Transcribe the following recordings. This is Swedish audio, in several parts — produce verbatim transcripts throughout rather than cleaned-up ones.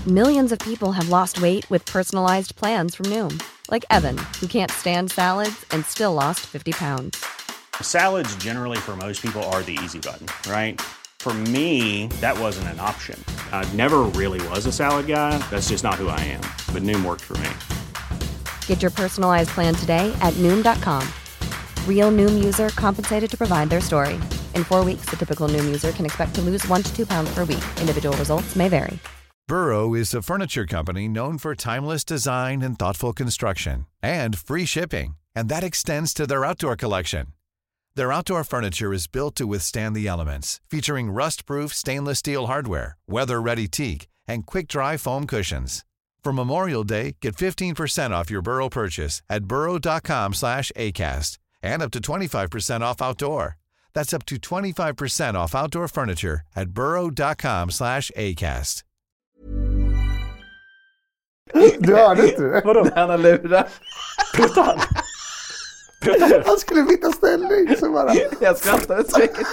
Millions of people have lost weight with personalized plans from Noom. Like Evan, who can't stand salads and still lost fifty pounds. Salads generally for most people are the easy button, right? For me, that wasn't an option. I never really was a salad guy. That's just not who I am. But Noom worked for me. Get your personalized plan today at Noom dot com. Real Noom user compensated to provide their story. In four weeks, the typical Noom user can expect to lose one to two pounds per week. Individual results may vary. Burrow is a furniture company known for timeless design and thoughtful construction, and free shipping, and that extends to their outdoor collection. Their outdoor furniture is built to withstand the elements, featuring rust-proof stainless steel hardware, weather-ready teak, and quick-dry foam cushions. For Memorial Day, get fifteen percent off your Burrow purchase at burrow dot com slash acast, and up to twenty-five percent off outdoor. That's up to twenty-five percent off outdoor furniture at burrow dot com slash acast. Du hörde inte det? Vadå? Han har lurat. Pruttan. Pruttan. Han skulle byta ställning så bara. Jag skrattar säkert.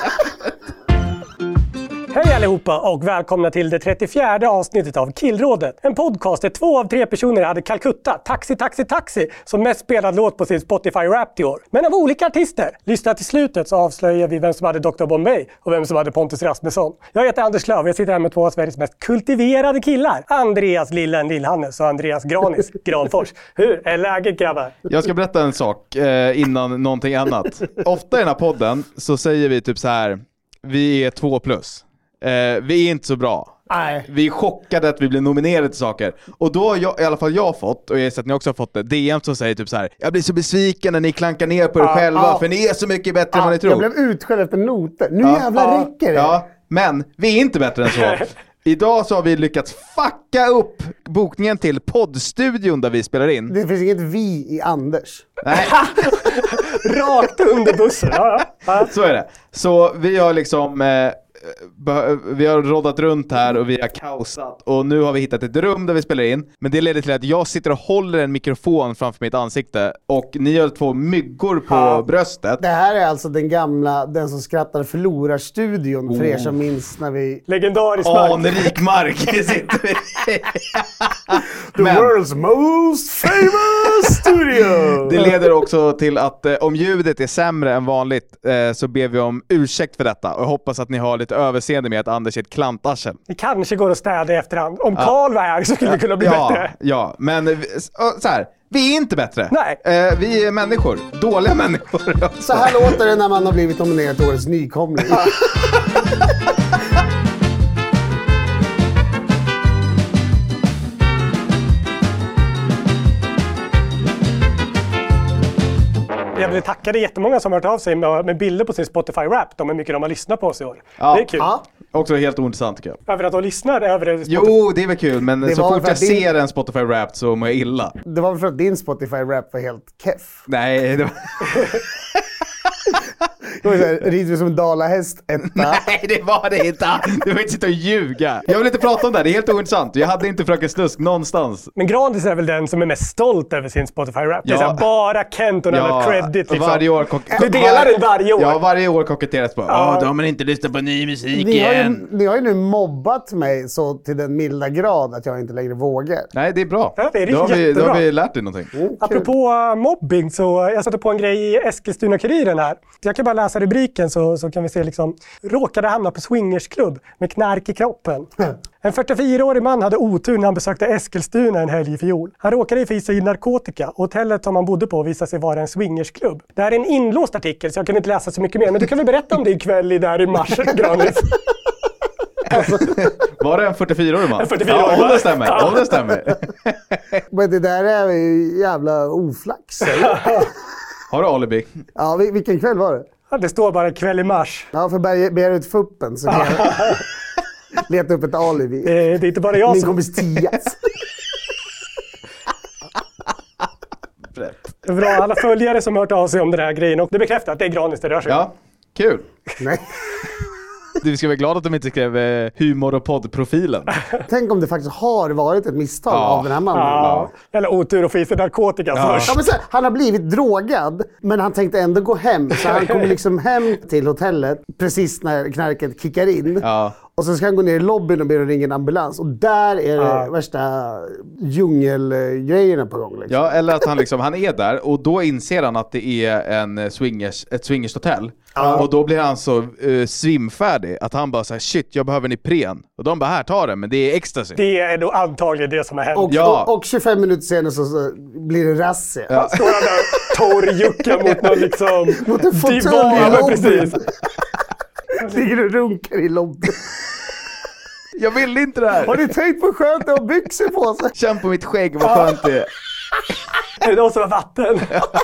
Hej allihopa och välkomna till det trettiofjärde avsnittet av Killrådet. En podcast där två av tre personer hade Calcutta, Taxi Taxi Taxi, som mest spelad låt på sin Spotify Wrapped i år. Men av olika artister. Lyssna till slutet så avslöjar vi vem som hade doktor Bombay och vem som hade Pontus Rasmusson. Jag heter Anders Löv och jag sitter här med två av Sveriges mest kultiverade killar. Andreas Lillen Lillhannes och Andreas Granis Granfors. Hur är läget, grabbar? Jag ska berätta en sak eh, innan någonting annat. Ofta i den här podden så säger vi typ så här: vi är två plus. Eh, vi är inte så bra. Nej. Vi är chockade att vi blir nominerade till saker. Och då har jag, i alla fall jag fått, och jag har sett att ni också har fått det, D M som säger typ så här: jag blir så besviken när ni klankar ner på er ah, själva ah, för ni är så mycket bättre ah, än vad ni tror. Jag blev utskälld efter noter. Nu ah, jävlar ah, räcker det. Ja, men vi är inte bättre än så. Idag så har vi lyckats fucka upp bokningen till poddstudion där vi spelar in. Det finns inget vi i Anders. Nej. Rakt under bussen. Ja, ja. Så är det. Så vi har liksom eh, vi har roddat runt här och vi har kaosat. Och nu har vi hittat ett rum där vi spelar in. Men det leder till att jag sitter och håller en mikrofon framför mitt ansikte. Och ni har två myggor på ja. bröstet. Det här är alltså den gamla, den som skrattar förlorar-studion. Oh. För er som minns när vi... Legendarisk mark. Anrik mark sitter vi. The Men... world's most famous studio. Det leder också till att eh, om ljudet är sämre än vanligt eh, så ber vi om ursäkt för detta. Och jag hoppas att ni har lite överseende med att Anders är ett klantarsel. Det kanske går att städa i efterhand. Om Karl var här så skulle det kunna bli ja, bättre. Ja, men så här, vi är inte bättre. Nej. Eh, vi är människor. Dåliga människor. Så här låter det när man har blivit nominerad till årets nykomling. Jag vill tacka det jättemånga som har hört av sig med, med bilder på sin Spotify Wrapped om hur mycket de har lyssnat på oss i år. Ja. Det är kul. Ja. Också helt ointressant tycker jag. Över att de lyssnar över Spotify. Jo, det är väl kul, men det så fort jag din... ser en Spotify Wrapped så mår jag illa. Det var väl för att din Spotify Wrapped var helt keff. Nej, det var... Rider som en dalahäst etta. Nej, det var det inte. Du får inte sitta och ljuga. Jag vill inte prata om det, det är helt ointressant. Jag hade inte Fröken Snusk någonstans. Men Granis är väl den som är mest stolt över sin Spotify Wrapped. Ja. Det är så här, bara Kent och ja. credit liksom. Varje år kok- Du delar den varje år. Ja, varje år koketteras på. Ja, oh, då har man inte lyssnat på ny musik ni har igen. Ju, ni har ju nu mobbat mig så till den milda grad att jag inte längre vågar. Nej, det är bra. Ja, det är då, har vi, då har vi lärt dig någonting. Mm, apropå uh, mobbing så jag satte på en grej i Eskilstuna-Kuriren här. Jag kan bara läsa rubriken så, så kan vi se liksom: råkade hamna på swingersklubb med knark i kroppen. Mm. En fyrtiofyraårig man hade otur när han besökte Eskilstuna en helg i fjol. Han råkade i sig i narkotika. Hotellet som han bodde på visade sig vara en swingersklubb. Det här är en inlåst artikel så jag kan inte läsa så mycket mer. Men du kan väl berätta om det ikväll i där i mars, Granis. Alltså, var det en fyrtiofyraårig man? En fyrtiofyraårig ja, om det stämmer. Ja. Om det stämmer. Men det där är ju jävla oflax. Har du alibi? Ja, vilken kväll var det? Ja, det står bara kväll i mars. Ja, för bär, bär ut fuppen så kan jag leta upp ett alibi. Det, det är inte bara jag Min som... kompis Tias. Det är bra, alla följare som har hört av sig om den här grejen. Och det bekräftar att det är Granis det rör sig. Ja, kul. Nej. Du ska vara glad att de inte skrev eh, humor- och poddprofilen. Tänk om det faktiskt har varit ett misstag ja. av den här mannen. Ja. Eller otur och fiser narkotika ja. först. Ja, men så, han har blivit drogad, men han tänkte ändå gå hem. Så han kommer liksom hem till hotellet precis när knarket kickar in. Ja. Och sen ska han gå ner i lobbyn och be att ringa en ambulans. Och där är det Ja. värsta djungelgrejerna på gång. Liksom. Ja, eller att han liksom, han är där och då inser han att det är en swingers, ett swingershotell. Ja. Och då blir han så uh, svimfärdig att han bara säger shit, jag behöver en Ipren. Och de bara, här, ta den, men det är ecstasy. Det är nog antagligen det som har hänt. Och, Ja. och, och tjugofem minuter senare så, så blir det razzia. Ja. Står han där torrjuckar mot någon liksom... Mot en fåtölj divan, i men lobbyn. precis. Ligger och runkar i lobbyn. Jag vill inte det Har här. ni tänkt på skönt att ha byxor på sig? Känn på mitt skägg, vad skönt det är. Är det någon som har vatten?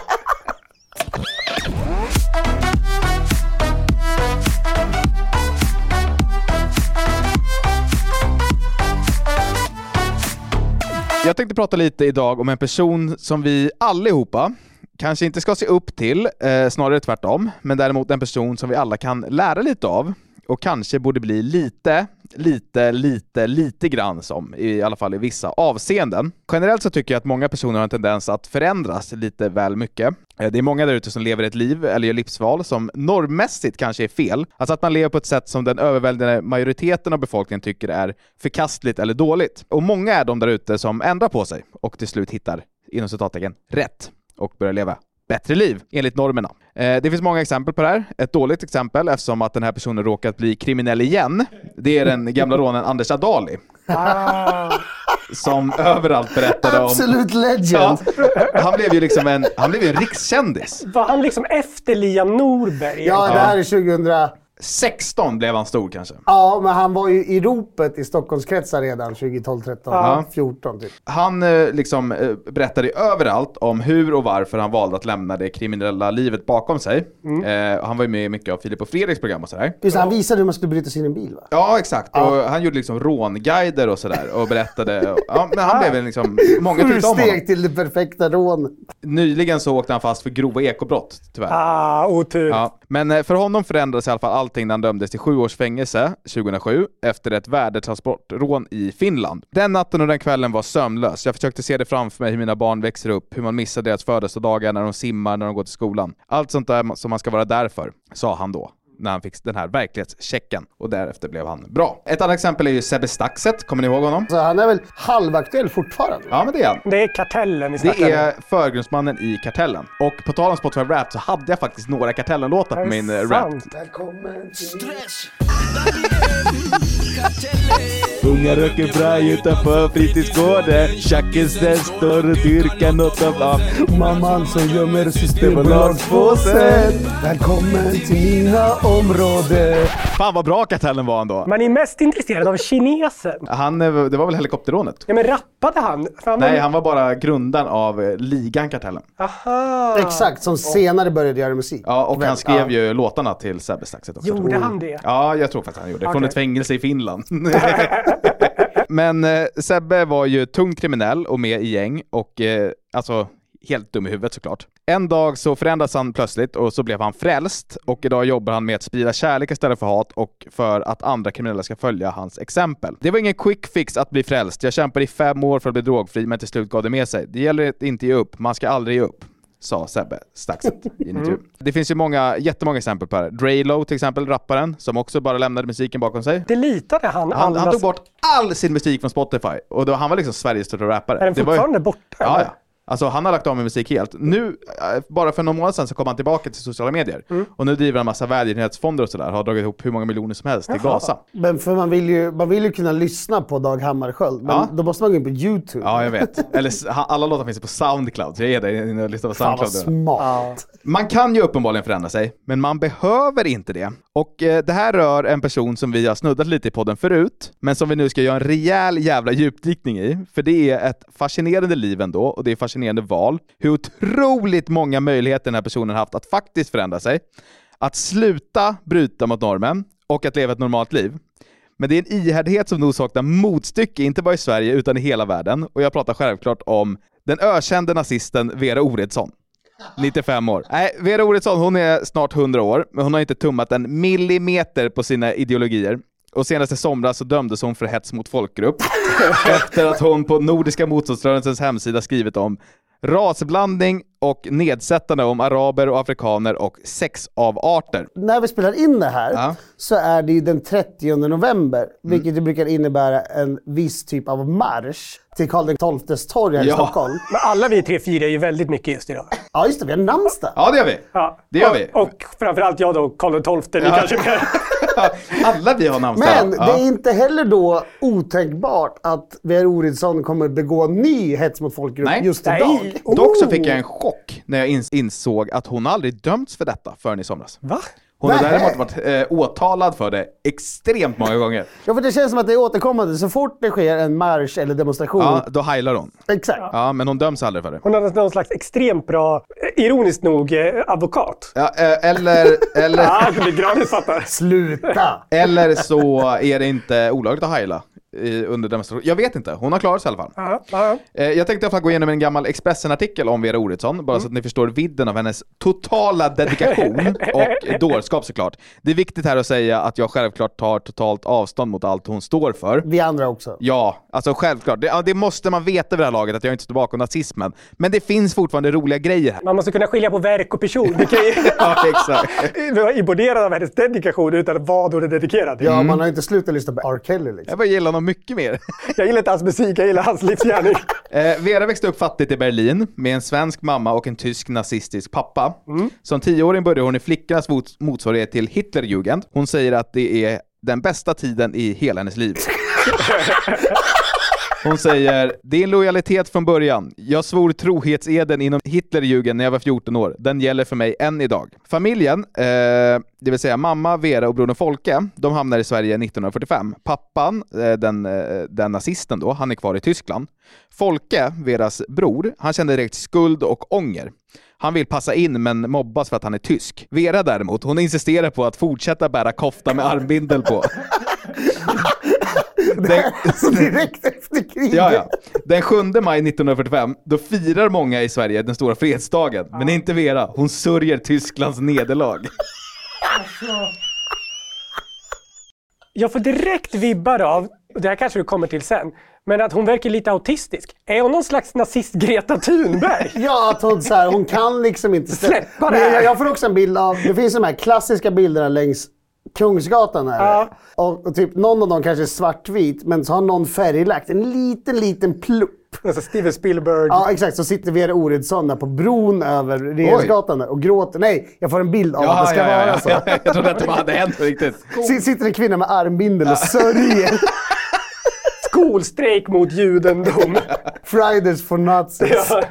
Jag tänkte prata lite idag om en person som vi allihopa kanske inte ska se upp till, eh, snarare tvärtom, men däremot en person som vi alla kan lära lite av och kanske borde bli lite, lite, lite, lite grann som, i alla fall i vissa avseenden. Generellt så tycker jag att många personer har en tendens att förändras lite väl mycket. Eh, Det är många där ute som lever ett liv eller gör livsval som normmässigt kanske är fel. Alltså att man lever på ett sätt som den överväldigande majoriteten av befolkningen tycker är förkastligt eller dåligt. Och många är de där ute som ändrar på sig och till slut hittar, inom citattecken, rätt och börjar leva bättre liv enligt normerna. Eh, det finns många exempel på det här. Ett dåligt exempel, eftersom att den här personen råkat bli kriminell igen, det är den gamla rånen Anders Adali. Ah. Som överallt berättade om... Absolut legend. Ja, han blev ju liksom en, han blev ju en rikskändis. Var han liksom efter Liam Norberg? Ja, det här är tjugohundra... sexton blev han stor kanske. Ja, men han var ju i ropet i Stockholmskretsar redan tjugotolv, tretton, Ja. fjorton typ. Han eh, liksom eh, berättade överallt om hur och varför han valde att lämna det kriminella livet bakom sig. Eh, och han var ju med mycket av Filip och Fredriks program och sådär. Just, han visade hur man skulle bryta sig in i en bil, va? Ja, exakt. Och han gjorde liksom rånguider och sådär och berättade. Ja, men han blev liksom, många Sju tyckte om honom. steg till det perfekta rån. Nyligen så åkte han fast för grova ekobrott, tyvärr. Ah, otur. Ja, men eh, för honom förändrades i alla fall allting när han dömdes till sju års fängelse tjugohundrasju efter ett värdetransportrån i Finland. Den natten och den kvällen var sömnlös. Jag försökte se det framför mig hur mina barn växer upp, hur man missar deras födelsedagar när de simmar, när de går till skolan. Allt sånt där som man ska vara där för, sa han då, när han fick den här verklighetschecken. Och därefter blev han bra. Ett annat exempel är ju Sebbe Staxet, kommer ni ihåg honom? Så han är väl halvaktuell fortfarande? Ja, men det är han. Det är Kartellen vi snackar Det om. är förgrundsmannen i Kartellen. Och på tal om Spotify Rap så hade jag faktiskt några Kartellen-låtar på Är det min eh, rap. sant? Välkommen till... Unga röker braj utanför fritidsgården. Tjackisen står och dyrkar något av... Mamman som gömmer systembolagspåsen. Välkommen till mina områden. Fan vad bra Kartellen var han då. Man är mest intresserad av kinesen. Han, eh, det var väl helikopterrånet? Ja, men rappade han? För han Nej, var... han var bara grundaren av eh, ligan Kartellen. Aha. Exakt, som senare började göra musik. Ja, och Väl, han skrev ja. ju låtarna till Sebbe Staxet också. Gjorde han det? Ja, jag tror faktiskt han gjorde det. Från Okej. ett fängelse i Finland. Men eh, Sebbe var ju tungt kriminell och med i gäng och eh, alltså helt dum i huvudet såklart. En dag så förändras han plötsligt och så blev han frälst och idag jobbar han med att sprida kärlek istället för hat och för att andra kriminella ska följa hans exempel. Det var ingen quick fix att bli frälst. Jag kämpade i fem år för att bli drogfri men till slut gav det med sig. Det gäller att inte ge upp. Man ska aldrig ge upp, sa Sebbe Staxet i en intervju. Det finns ju många, jättemånga exempel på det här. Draylo till exempel, rapparen, som också bara lämnade musiken bakom sig. Det litade han. Han, alla... han tog bort all sin musik från Spotify och då, han var liksom Sveriges största rappare. Är den Det var ju- fortfarande borta? Ja, eller? ja. Alltså han har lagt av med musik helt. Nu, äh, bara för några månader sedan så kom han tillbaka till sociala medier. Mm. Och nu driver han massa välgörenhetsfonder och sådär. Har dragit ihop hur många miljoner som helst till Gaza. Men för man vill, ju, man vill ju kunna lyssna på Dag Hammarskjöld. Men Ja. då måste man gå in på YouTube. Ja, jag vet. Eller s- ha- alla låtar finns på Soundcloud. Så jag är där inne och lyssnar på Fan vad Soundcloud. smart. Man kan ju uppenbarligen förändra sig, men man behöver inte det. Och eh, det här rör en person som vi har snuddat lite i podden förut, men som vi nu ska göra en rejäl jävla djupdykning i. För det är ett fascinerande liv ändå, och det är fascinerande val. Hur otroligt många möjligheter den här personen haft att faktiskt förändra sig. Att sluta bryta mot normen och att leva ett normalt liv. Men det är en ihärdighet som nog saknar motstycke, inte bara i Sverige utan i hela världen. Och jag pratar självklart om den ökände nazisten Vera Oredsson. nittiofem år. Nej, Vera Oredsson, hon är snart hundra år, men hon har inte tummat en millimeter på sina ideologier. Och senaste somras så dömdes hon för hets mot folkgrupp efter att hon på Nordiska motståndsrörelsens hemsida skrivit om rasblandning och nedsättande om araber och afrikaner och sexavarter. När vi spelar in det här Ja. så är det ju den trettionde november, vilket mm. brukar innebära en viss typ av marsch till Karl den tolftes torg här Ja. i Stockholm. Men alla vi tre firar ju väldigt mycket just idag. Ja just det, vi har namnsdag. Ja, det gör vi. Ja. Det gör och, vi. Och framförallt jag då, Karl den tolfte. Ni Ja. kanske kan... Alla vi har namnsdag. Men ja. det är inte heller då otänkbart att V R Oridsson kommer begå ny hets mot folkgrupp Nej. just Nej. idag. Oh. Dock så fick jag en chock när jag ins- insåg att hon aldrig dömts för detta förrän i somras. Va? Hon har Nej. däremot varit eh, åtalad för det extremt många gånger. Ja, för det känns som att det är återkommande. Så fort det sker en marsch eller demonstration. Ja, då heilar hon. Exakt. Ja, men hon döms aldrig för det. Hon har någon slags extremt bra, eh, ironiskt nog, eh, advokat. Ja, eh, eller, eller, Ja, det blir gratis fattar. Sluta! eller så är det inte olagligt att heila i, under demonstration. Jag vet inte, hon har klarat sig i alla fall. Ja, ja. Eh, jag tänkte i alla fall gå igenom en gammal Expressen-artikel om V R Oridsson, bara mm. så att ni förstår vidden av hennes totala dedikation och dårskap såklart. Det är viktigt här att säga att jag självklart tar totalt avstånd mot allt hon står för. Vi andra också. Ja, alltså självklart. Det, ja, det måste man veta vid det här laget, att jag inte står bakom nazismen. Men det finns fortfarande roliga grejer här. Man måste kunna skilja på verk och person. Det kan ju... Ja, exakt. Vi var imponerade av hennes dedikation utan vad hon är dedikerad till. Ja, man har inte slutat lyssna på R. Kelly liksom. Jag bara gillar honom mycket mer. Jag gillar inte hans musik, jag gillar hans livsgärning. Eh, Vera växte upp fattigt i Berlin med en svensk mamma och en tysk nazistisk pappa. Mm. Som tioåring började hon i flickornas mot- motsvarighet till Hitlerjugend. Hon säger att det är den bästa tiden i hela hennes liv. Hon säger, det är en lojalitet från början. Jag svor trohetseden inom Hitlerjugend när jag var fjorton år. Den gäller för mig än idag. Familjen, eh, det vill säga mamma, Vera och brodern Folke, de hamnar i Sverige nittonhundrafyrtiofem. Pappan, eh, den, eh, den nazisten då, han är kvar i Tyskland. Folke, Veras bror, han kände direkt skuld och ånger. Han vill passa in men mobbas för att han är tysk. Vera däremot, hon insisterar på att fortsätta bära kofta med armbindel på. Den, direkt efter kriget. ja, ja. Den sjunde maj nittonhundrafyrtiofem, då firar många i Sverige den stora fredsdagen. Men inte Vera, hon sörjer Tysklands nederlag. Jag får direkt vibbar av, och det här kanske du kommer till sen, men att hon verkar lite autistisk. Är hon någon slags nazist Greta Thunberg? Ja, att hon, så här, hon kan liksom inte Släppa det Men här. jag, jag får också en bild av, det finns de här klassiska bilderna längs Kungsgatan här. Ja. Och, och typ någon av dem kanske är svartvit, men så har någon färglagt en liten, liten plupp. Alltså Steven Spielberg. Ja, exakt. Så sitter V R Oridsson där på bron över Regeringsgatan och gråter. Nej, jag får en bild av Ja, att det ska ja, ja, vara ja, så. ja. Jag trodde att det bara hade hänt riktigt. S- Sitter en kvinna med armbindel och sörjer. Skolstrejk mot judendom. Fridays for Nazis. Ja.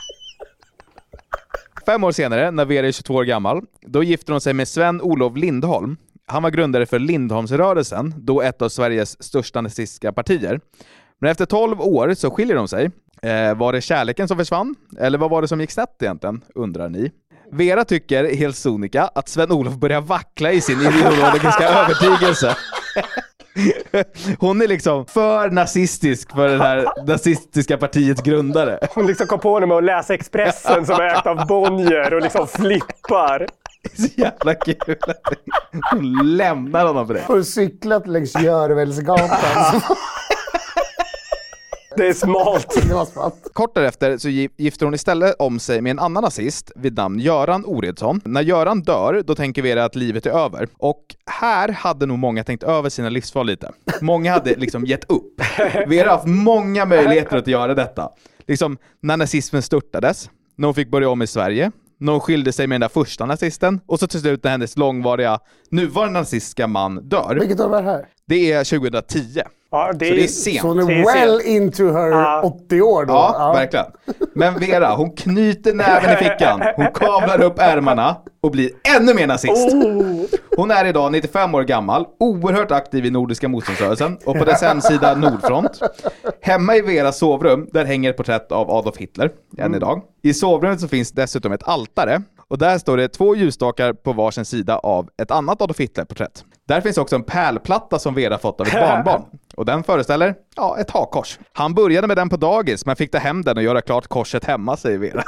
Fem år senare, när Vera är tjugotvå år gammal, då gifter hon sig med Sven-Olof Lindholm. Han var grundare för Lindholmsrörelsen, då ett av Sveriges största nazistiska partier. Men efter tolv år så skiljer de sig. Eh, var det kärleken som försvann? Eller vad var det som gick snett egentligen, undrar ni? Vera tycker, helt sonika, att Sven-Olof börjar vackla i sin ideologiska övertygelse. Hon är liksom för nazistisk för det här nazistiska partiets grundare. Hon liksom kom på honom med att läsa Expressen som är ägt av Bonnier och liksom flippar. Så jävla kul. Hon lämnar honom för det. Har cyklat längs Görvelsgatan. Det är smalt. Det var smart. Kort därefter så gifter hon istället om sig med en annan nazist vid namn Göran Oridsson. När Göran dör, då tänker Vera att livet är över. Och här hade nog många tänkt över sina livsval lite. Många hade liksom gett upp. Vera har haft många möjligheter att göra detta. Liksom när nazismen störtades, när hon fick börja om i Sverige, när hon skilde sig med den där första nazisten, och så till slut när hennes långvariga nuvarande nazistiska man dör. Vilket år var det här? Det är tjugohundratio. Ja, det Så är, det är sent. Så hon är Det är well sent. into her Ja. åttio år då. Ja, verkligen. Men Vera, hon knyter näven i fickan. Hon kavlar upp ärmarna och blir ännu mer nazist. Oh. Hon är idag nittiofem år gammal, oerhört aktiv i Nordiska motståndsrörelsen och på dess hemsida Nordfront. Hemma i Veras sovrum, där hänger ett porträtt av Adolf Hitler än idag. I sovrummet så finns dessutom ett altare och där står det två ljusstakar på varsin sida av ett annat Adolf Hitler-porträtt. Där finns också en pärlplatta som Vera fått av ett barnbarn. Och den föreställer, ja, ett hakkors. Han började med den på dagis, men fick ta hem den och göra klart korset hemma, säger Vera.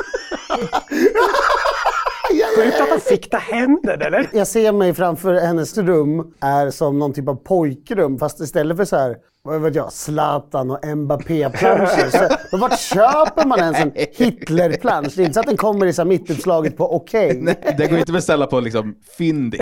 Sjukt att han fick ta hem den, eller? Jag ser mig framför hennes rum är som någon typ av pojkrum, fast istället för så här vad vet jag, Zlatan och Mbappé-planscher. Så, och vart köper man ens en Hitler-plansch? Det är inte så att den kommer i så här mittuppslaget på okej. Nej, det går inte att beställa på liksom Fyndik.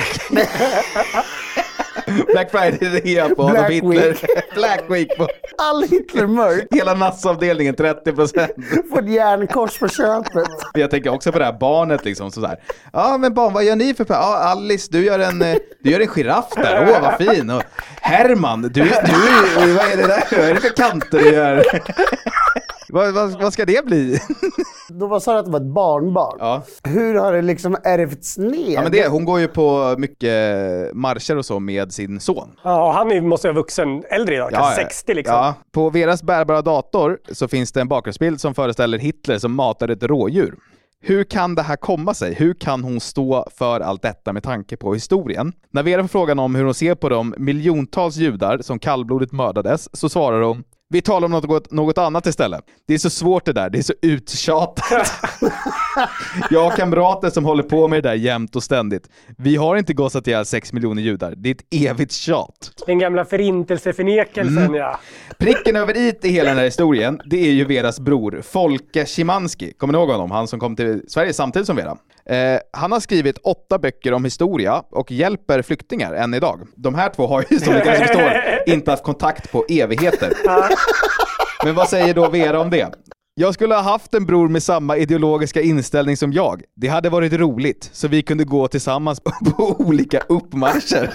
Black Friday rea på Black Hitler. Week. Black Week på All Hitler-mörk. hela nassavdelningen, trettio procent. Får ett järnkors på köpet. Jag tänker också på det här barnet liksom sådär. Ja men barn, vad gör ni för på? Ja Alice, du gör en eh, du gör en giraff där. Åh vad fin. Och Herman, du du vad är det där? Vad är det för kanter du gör? vad, vad, vad ska det bli? Då var så att det var ett barnbarn. Ja. Hur har det liksom ärvts ner? Ja men det, hon går ju på mycket marscher och så med sin son. Ja, han är, måste vara vuxen äldre idag, Ja, kanske sextio liksom. Ja. På Veras bärbara dator så finns det en bakgrundsbild som föreställer Hitler som matar ett rådjur. Hur kan det här komma sig? Hur kan hon stå för allt detta med tanke på historien? När Vera får frågan om hur hon ser på de miljontals judar som kallblodigt mördades så svarar hon: vi talar om något, något annat istället. Det är så svårt det där, det är så uttjatat. Jag har kamrater som håller på med det där jämt och ständigt. Vi har inte gossat ihjäl sex miljoner judar. Det är ett evigt tjat. Den gamla förintelseförnekelsen, mm. ja. Pricken över i i hela den här historien, det är ju Veras bror, Folke Szymanski. Kommer ni ihåg honom? Han som kom till Sverige samtidigt som Vera. Eh, han har skrivit åtta böcker om historia och hjälper flyktingar än idag. De här två har ju, som ni kanske förstår, inte haft kontakt på evigheter. Men vad säger då Vera om det? Jag skulle ha haft en bror med samma ideologiska inställning som jag. Det hade varit roligt, så vi kunde gå tillsammans på olika uppmarscher.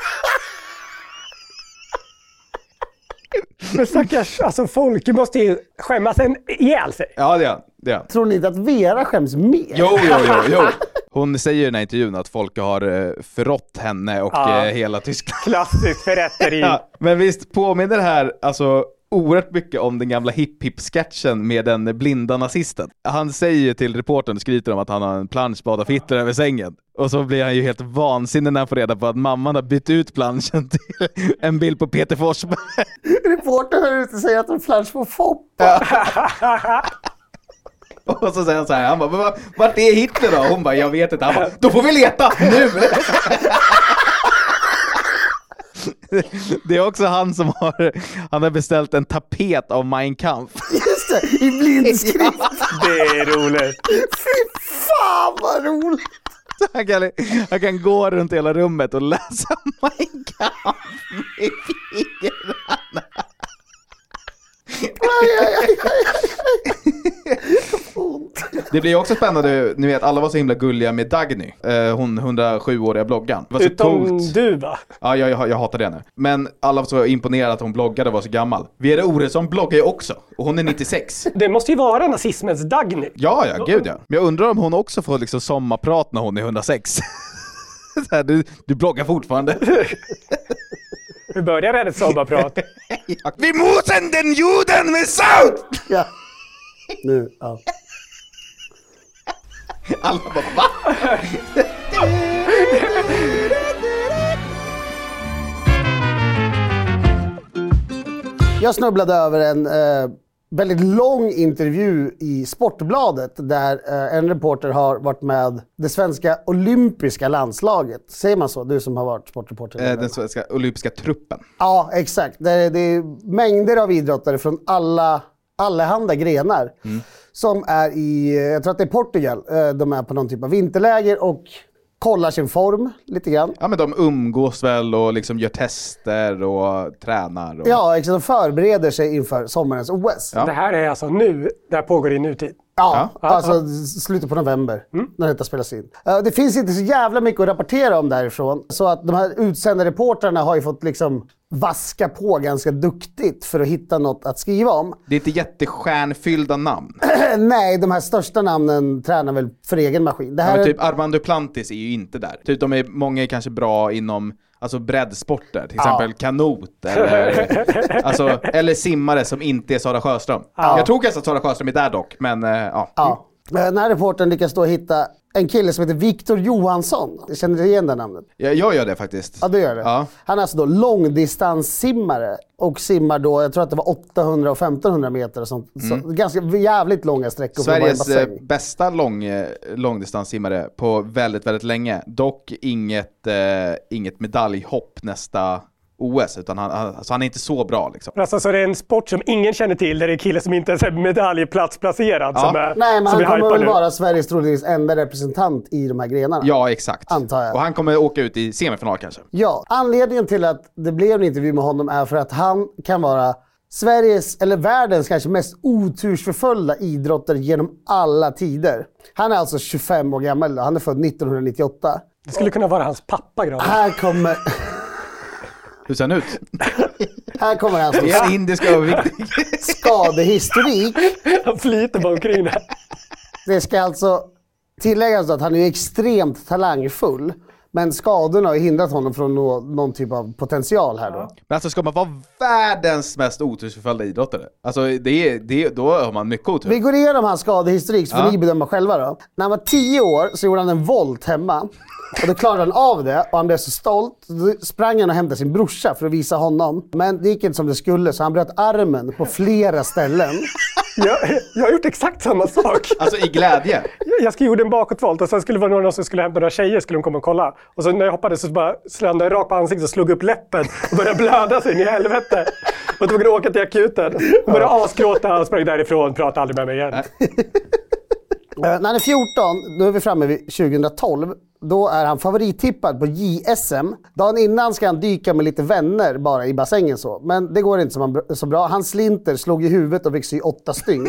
Men stackars, alltså folk måste ju skämmas en ihjäl sig. Ja, det är det. Är. Tror ni inte att Vera skäms mer? Jo, jo, jo, jo. Hon säger i den här intervjun att folk har uh, förrått henne och ja. uh, hela Tyskland. Klassiskt förrätteri. Ja, men visst påminner det här alltså oerhört mycket om den gamla hip-hip-sketchen med den blinda nazisten. Han säger ju till reportern och skryter om att han har en planschbad av Hitler över sängen. Och så blir han ju helt vansinnig när han får reda på att mamman har bytt ut planschen till en bild på Peter Forsberg. Reportern hör ut och säger att en plansch på Foppa. Ja. Och så säger han så här, han bara, vart är Hitler då? Hon bara, jag vet inte. Han bara, då får vi leta nu! Det är också han som har han har beställt en tapet av Mein Kampf. Just det, i blindskrift. Det är roligt. Fy fan vad roligt. Så han, kan, han kan gå runt hela rummet och läsa Mein Kampf med fingrarna. Aj, aj, aj, aj. Det blir också spännande, ni vet, alla var så himla gulliga med Dagny, eh, hon hundrasju-åriga bloggan. Det var så utom coolt. Du va? Ja, jag, jag, jag hatar det nu. Men alla var så imponerade att hon bloggade och var så gammal. Vera Oredsson bloggar ju också, och hon är nittiosex. Det måste ju vara nazismens Dagny. Ja, ja, gud ja. Men jag undrar om hon också får liksom sommarprat när hon är hundrasex. Så här, du, du bloggar fortfarande. Hur börjar det ett sommarprat? Vi måste den juden med saut! Ja. Nu, ja. Alla bara, va? Jag snubblade över en eh, väldigt lång intervju i Sportbladet där eh, en reporter har varit med det svenska olympiska landslaget. Säger man så? Du som har varit sportreporter. Eh, den svenska olympiska truppen. Ja, exakt. Det är, det är mängder av idrottare från alla allehanda grenar mm. som är i, jag tror att det är Portugal. De är på någon typ av vinterläger och kollar sin form lite grann. Ja, men de umgås väl och liksom gör tester och tränar. Och... Ja, exakt. De förbereder sig inför sommarens O S. Ja. Det här är alltså nu, det här pågår i nutid. Ja, ja. alltså ja. slutet på november mm. när detta spelas in. Det finns inte så jävla mycket att rapportera om därifrån. Så att de här utsända reportrarna har ju fått liksom vaska på ganska duktigt för att hitta något att skriva om. Det är inte jättestjärnfyllda namn. Nej, de här största namnen tränar väl för egen maskin. Det här ja, men är... typ Armando Duplantis är ju inte där. Typ de är, många är kanske bra inom alltså breddsporter, till exempel ja. kanot eller, alltså, eller simmare som inte är Sara Sjöström. Ja. Jag tror kanske att Sara Sjöström är där dock, men äh, ja. ja. Den här reportern lyckas då hitta en kille som heter Victor Johansson. Känner du igen det namnet? Ja, jag gör det faktiskt. Ja, du gör det. Ja. Han är alltså då långdistanssimmare och simmar då, jag tror att det var åttahundra och femtonhundra meter och sånt. Mm. Så ganska jävligt långa sträckor. Sveriges bästa lång, långdistanssimmare på väldigt, väldigt länge. Dock inget, eh, inget medaljhopp nästa O S, utan han, alltså han är inte så bra liksom. Alltså så det är en sport som ingen känner till, där det är kille som inte ens är medaljplatsplacerad Ja. som är, Nej, men som han är kommer väl nu. vara Sveriges troligtvis enda representant i de här grenarna. Ja, exakt. Antar jag. Och han kommer åka ut i semifinal kanske. Ja, anledningen till att det blev en intervju med honom är för att han kan vara Sveriges, eller världens kanske mest otursförföljda idrottare genom alla tider. Han är alltså tjugofem år gammal, han är född nittonhundranittioåtta. Det skulle kunna vara hans pappa, Gran. Här kommer... Hur ser han ut? Här kommer hans Är han indisk överviktig? skadehistorik. Han flyter bara omkring där. Det ska alltså tilläggas att han är extremt talangfull. Men skadorna har hindrat honom från nå, någon typ av potential här då. Men alltså ska man vara världens mest otursförföljda idrottare? Alltså det är, det är, då har man mycket otur. Vi går igenom hans skadehistorik så får Ja. ni bedöma själva då. När han var tio år så gjorde han en volt hemma. Och då klarade han av det och han blev så stolt. Då sprang han och hämtade sin brorsa för att visa honom. Men det gick inte som det skulle så han bröt armen på flera ställen. Jag, jag har gjort exakt samma sak. Alltså i glädje. Jag skulle gjorde en bakåtvolt och sen skulle det vara någon som skulle hämta några tjejer skulle de komma och kolla. Och så när jag hoppade så bara slängde jag rakt på ansiktet och slog upp läppen och började blöda sig in i helvete. Och tvungen att åka till akuten. Och började asgråta och sprang därifrån, pratade aldrig med mig igen. Uh, när han är fjorton, då är vi framme vid tjugohundratolv. Då är han favorittippad på J S M. Dagen innan ska han dyka med lite vänner bara i bassängen så. Men det går inte som så bra. Han slinter, slog i huvudet och fick sy åtta stygn.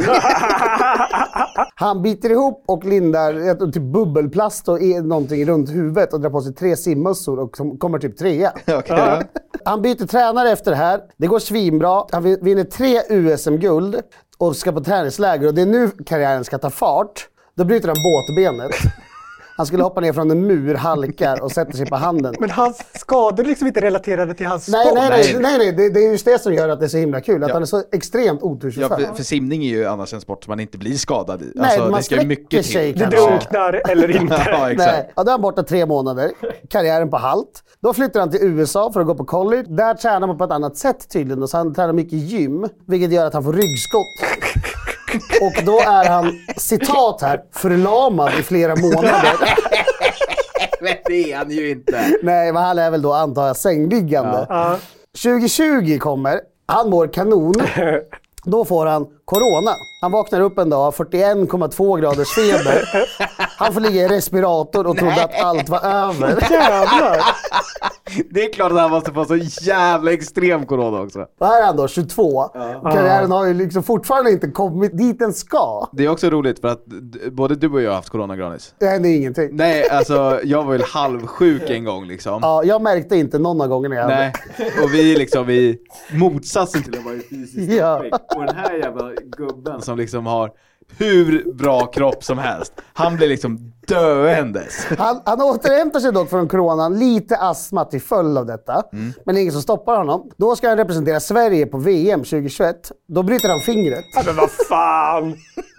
Han biter ihop och lindar typ bubbelplast och är någonting runt huvudet och drar på sig tre simmössor och kommer typ trea. Okay. Han byter tränare efter det här. Det går svinbra. Han vinner tre U S M-guld och ska på träningsläger. Och det är nu karriären ska ta fart. Då bryter han båtbenet. Han skulle hoppa ner från en mur, halkar och sätter sig på handen. Men hans skador är liksom inte relaterade till hans Nej, sport. nej, nej, nej, nej. Det, det är just det som gör att det är så himla kul. Att Ja. han är så extremt Ja, otursförföljd. för, för simning är ju annars en sport som man inte blir skadad i. Nej, Alltså, man det ska ju mycket sträcker sig till. Du kanske. drunknar eller inte. Ja, exakt. Nej. Ja, då är han borta tre månader. Karriären på halt. Då flyttar han till U S A för att gå på college. Där tränar man på ett annat sätt tydligen. Och så han tränar mycket gym. Vilket gör att han får ryggskott. Och då är han, citat här, förlamad i flera månader. Men det är han ju inte. Nej, men han är väl då antar jag sängliggande. Ja. tjugo-tjugo kommer. Han mår kanon. Då får han corona. Han vaknar upp en dag, fyrtioen komma två graders feber. Han får ligga i respirator och trodde att allt var över. Jävlar. Det är klart att han måste få så jävla extrem corona också. Och här är han då, tjugotvå. Karriären har ju liksom fortfarande inte kommit dit den ska. Det är också roligt för att d- både du och jag har haft corona, Granis. Det händer ingenting. Nej, alltså jag var väl halvsjuk en gång liksom. Ja, jag märkte inte någon av gångerna jag hade. Nej, och vi är liksom i motsatsen till att vara i fysisk Ja. aspekt. Och den här jävla gubben som liksom har hur bra kropp som helst, han blir liksom döendes. Han, han återhämtar sig dock från coronan, lite astma till följd av detta. Mm. Men det är ingen som stoppar honom. Då ska han representera Sverige på V M tjugohundratjugoett. Då bryter han fingret. Ja, men vad fan.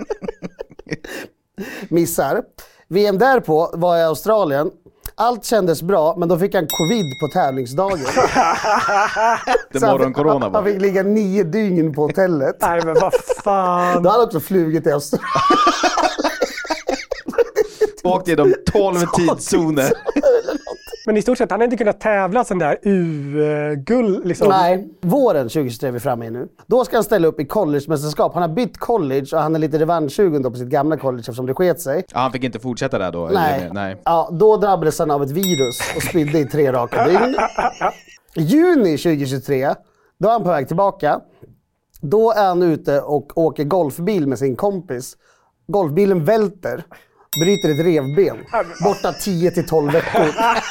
Missar. V M därpå var i Australien. Allt kändes bra, men då fick han covid på tävlingsdagen. Det Så han- morgon-corona Han bara. fick ligga nio dygn på hotellet. Nej, men vad fan. Då hade han också flugit till Australien. Åkte i de tolv tidszoner. Men i stort sett, han hade inte kunnat tävla sån där U-guld liksom. Nej, våren tjugohundratjugotre är vi framme i nu. Då ska han ställa upp i collegemästerskap. Han har bytt college och han är lite revanschsugen då på sitt gamla college eftersom det sket sig. Ja, han fick inte fortsätta där då? Nej. Eller? Nej. Ja, då drabbades han av ett virus och spydde i tre raka dygn. I juni tjugohundratjugotre, då är han på väg tillbaka. Då är han ute och åker golfbil med sin kompis. Golfbilen välter, bryter ett revben. Borta tio till tolv veckor.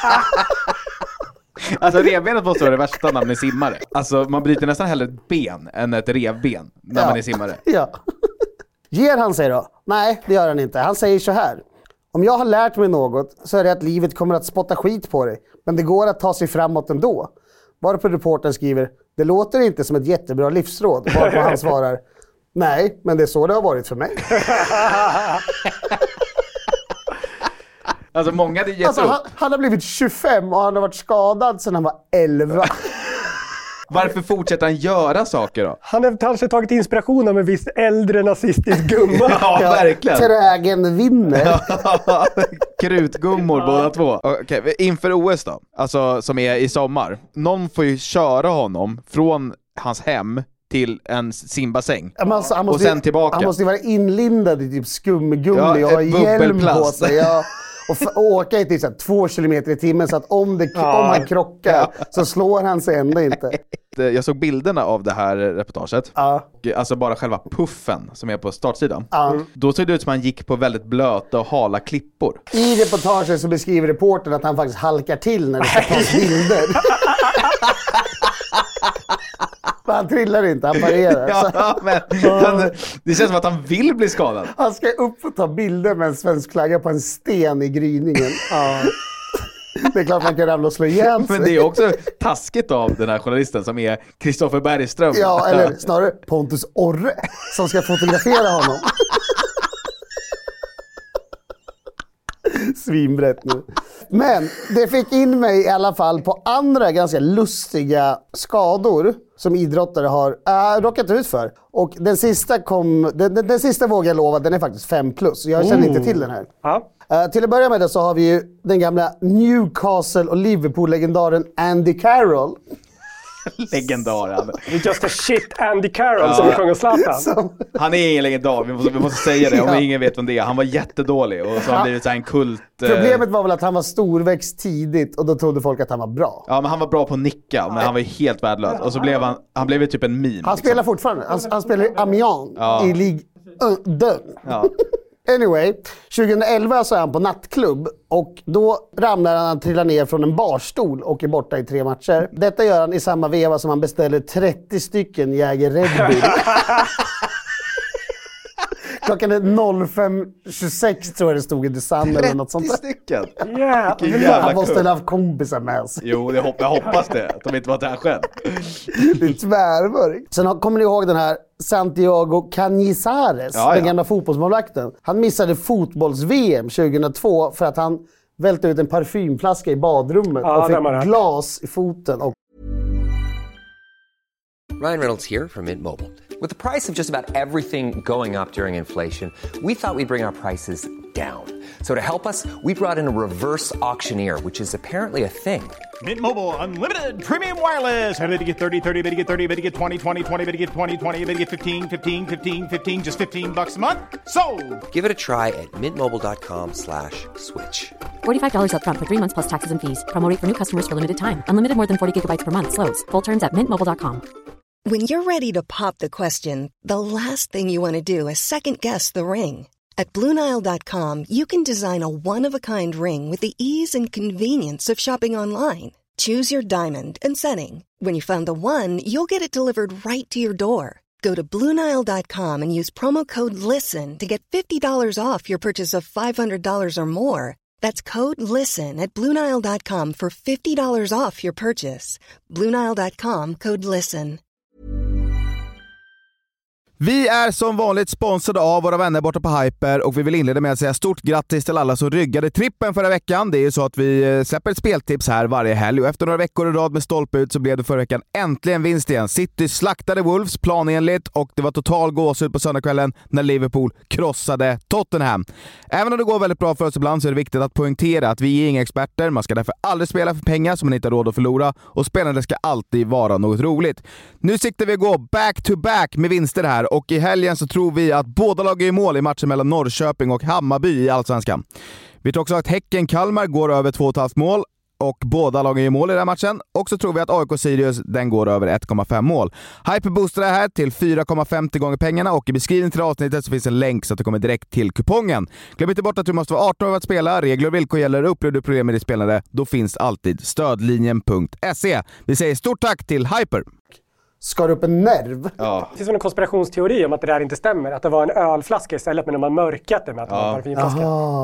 Alltså revbenet måste vara det värsta när man är simmare. Alltså man bryter nästan hellre ett ben än ett revben när Ja. man är simmare. Ja. Ger han sig då? Nej, det gör han inte. Han säger så här. Om jag har lärt mig något så är det att livet kommer att spotta skit på dig. Men det går att ta sig framåt ändå. Varpå reportern skriver, det låter inte som ett jättebra livsråd. Varpå han svarar, nej, men det är så det har varit för mig. Alltså många hade gett Alltså, upp. han, han har blivit tjugofem och han har varit skadad sedan han var elva. Varför fortsätter han göra saker då? Han har kanske tagit inspiration av en viss äldre nazistisk gumma. Ja, verkligen. Trägen vinner. Krutgummor båda två. Okej, inför O S då, alltså som är i sommar. Någon får ju köra honom från hans hem till en simbassäng. Alltså, han måste, och sen tillbaka. Han måste vara inlindad i typ skumgummi ja, och ha hjälm på sig. Ja. Och f- åka i typ så här, två kilometer i timmen så att om, det, ja. om han krockar ja. så slår han sig ändå inte. Jag såg bilderna av det här reportaget. Ja. Alltså bara själva puffen som är på startsidan. Ja. Då såg det ut som att han gick på väldigt blöta och hala klippor. I reportaget så beskriver reportern att han faktiskt halkar till när det ska tas bilder. Men han trillar inte, han parerar. Ja, men han, det känns som att han vill bli skadad. Han ska upp och ta bilder med en svensk flagga på en sten i gryningen. Ja. Det är klart man kan ramla och slå ihjäl sig. Men det är också taskigt av den här journalisten som är Kristoffer Bergström. Ja, eller snarare Pontus Orre som ska fotografera honom. Svinbrett nu. Men det fick in mig i alla fall på andra ganska lustiga skador som idrottare har äh, råkat ut för. Och den sista kom, den, den, den sista vågar jag lova, den är faktiskt fem plus. Jag känner mm. inte till den här. Ja. Uh, till att börja med det så har vi ju den gamla Newcastle och Liverpool-legendaren Andy Carroll. Legendaren. Just a shit Andy Carroll ja. som vi sjunger Zlatan. Som... Han är ingen legendar, vi måste, vi måste säga det om ja. ingen vet vem det är. Han var jättedålig och så har han blivit så här en kult. Problemet var väl att han var storväxt tidigt och då trodde folk att han var bra. Ja, men han var bra på att nicka, men han var ju helt värdelös. Och så blev han, han blev ju typ en meme. Han liksom. spelar fortfarande, han, han spelar i Amiens ja. i Ligue ett. Ja. Anyway, tjugoelva så är han på nattklubb och då ramlar han, han trillar ner från en barstol och är borta i tre matcher. Detta gör han i samma veva som han beställer trettio stycken Jäger Red Bull. Klockan är fem tjugosex tror jag det stod i The Sun eller något sånt. trettio stycken? Yeah. Han måste ha haft kompisar med sig. Jo, det hopp, jag hoppas det. Att de inte var där själv. Det är tvärmörkt. Sen kommer ni ihåg den här Santiago Canizares, ja, ja. den gamla fotbollsmålvakten. Han missade fotbolls-V M tjugohundratvå för att han välte ut en parfymflaska i badrummet ja, och fick glas i foten. Och... Ryan Reynolds here from Mint Mobile. With the price of just about everything going up during inflation, we thought we'd bring our prices down. So to help us, we brought in a reverse auctioneer, which is apparently a thing. Mint Mobile Unlimited Premium Wireless. How to get thirty, thirty, bit to get thirty, bit to get twenty, twenty, twenty, bit to get twenty, twenty, bit to get fifteen, fifteen, fifteen, fifteen, just fifteen bucks a month? Sold! Give it a try at mintmobile.com slash switch. forty-five dollars up front for three months plus taxes and fees. Promo rate for new customers for limited time. Unlimited more than forty gigabytes per month. Slows full terms at mint mobile dot com. When you're ready to pop the question, the last thing you want to do is second-guess the ring. At Blue Nile dot com, you can design a one-of-a-kind ring with the ease and convenience of shopping online. Choose your diamond and setting. When you find the one, you'll get it delivered right to your door. Go to Blue Nile dot com and use promo code LISTEN to get fifty dollars off your purchase of five hundred dollars or more. That's code LISTEN at Blue Nile dot com for fifty dollars off your purchase. Blue Nile dot com, code LISTEN. Vi är som vanligt sponsrade av våra vänner borta på Hyper och vi vill inleda med att säga stort grattis till alla som ryggade trippen förra veckan. Det är ju så att vi släpper ett speltips här varje helg och efter några veckor i rad med stolpe ut så blev det förra veckan äntligen vinst igen. City slaktade Wolves planenligt och det var total gåshud på söndagskvällen när Liverpool krossade Tottenham. Även om det går väldigt bra för oss ibland så är det viktigt att poängtera att vi är inga experter. Man ska därför aldrig spela för pengar som man inte har råd att förlora och spelandet ska alltid vara något roligt. Nu siktar vi att gå back to back med vinster här. Och i helgen så tror vi att båda lag är i mål i matchen mellan Norrköping och Hammarby i Allsvenskan. Vi tror också att Häcken-Kalmar går över två komma fem mål och båda lagen är i mål i den här matchen. Och så tror vi att A I K-Sirius den går över ett komma fem mål. Hyper boostar det här till fyra komma femtio gånger pengarna och i beskrivningen till avsnittet så finns en länk så att det kommer direkt till kupongen. Glöm inte bort att du måste vara arton år för att spela. Regler och villkor gäller. Upplever du problem med ditt spelande, då finns alltid stödlinjen punkt se. Vi säger stort tack till Hyper. Skar upp en nerv. Ja. Det är som en konspirationsteori om att det där inte stämmer. Att det var en ölflaska istället men de har mörkat det med att det ja. var en parfymflaska. Aha.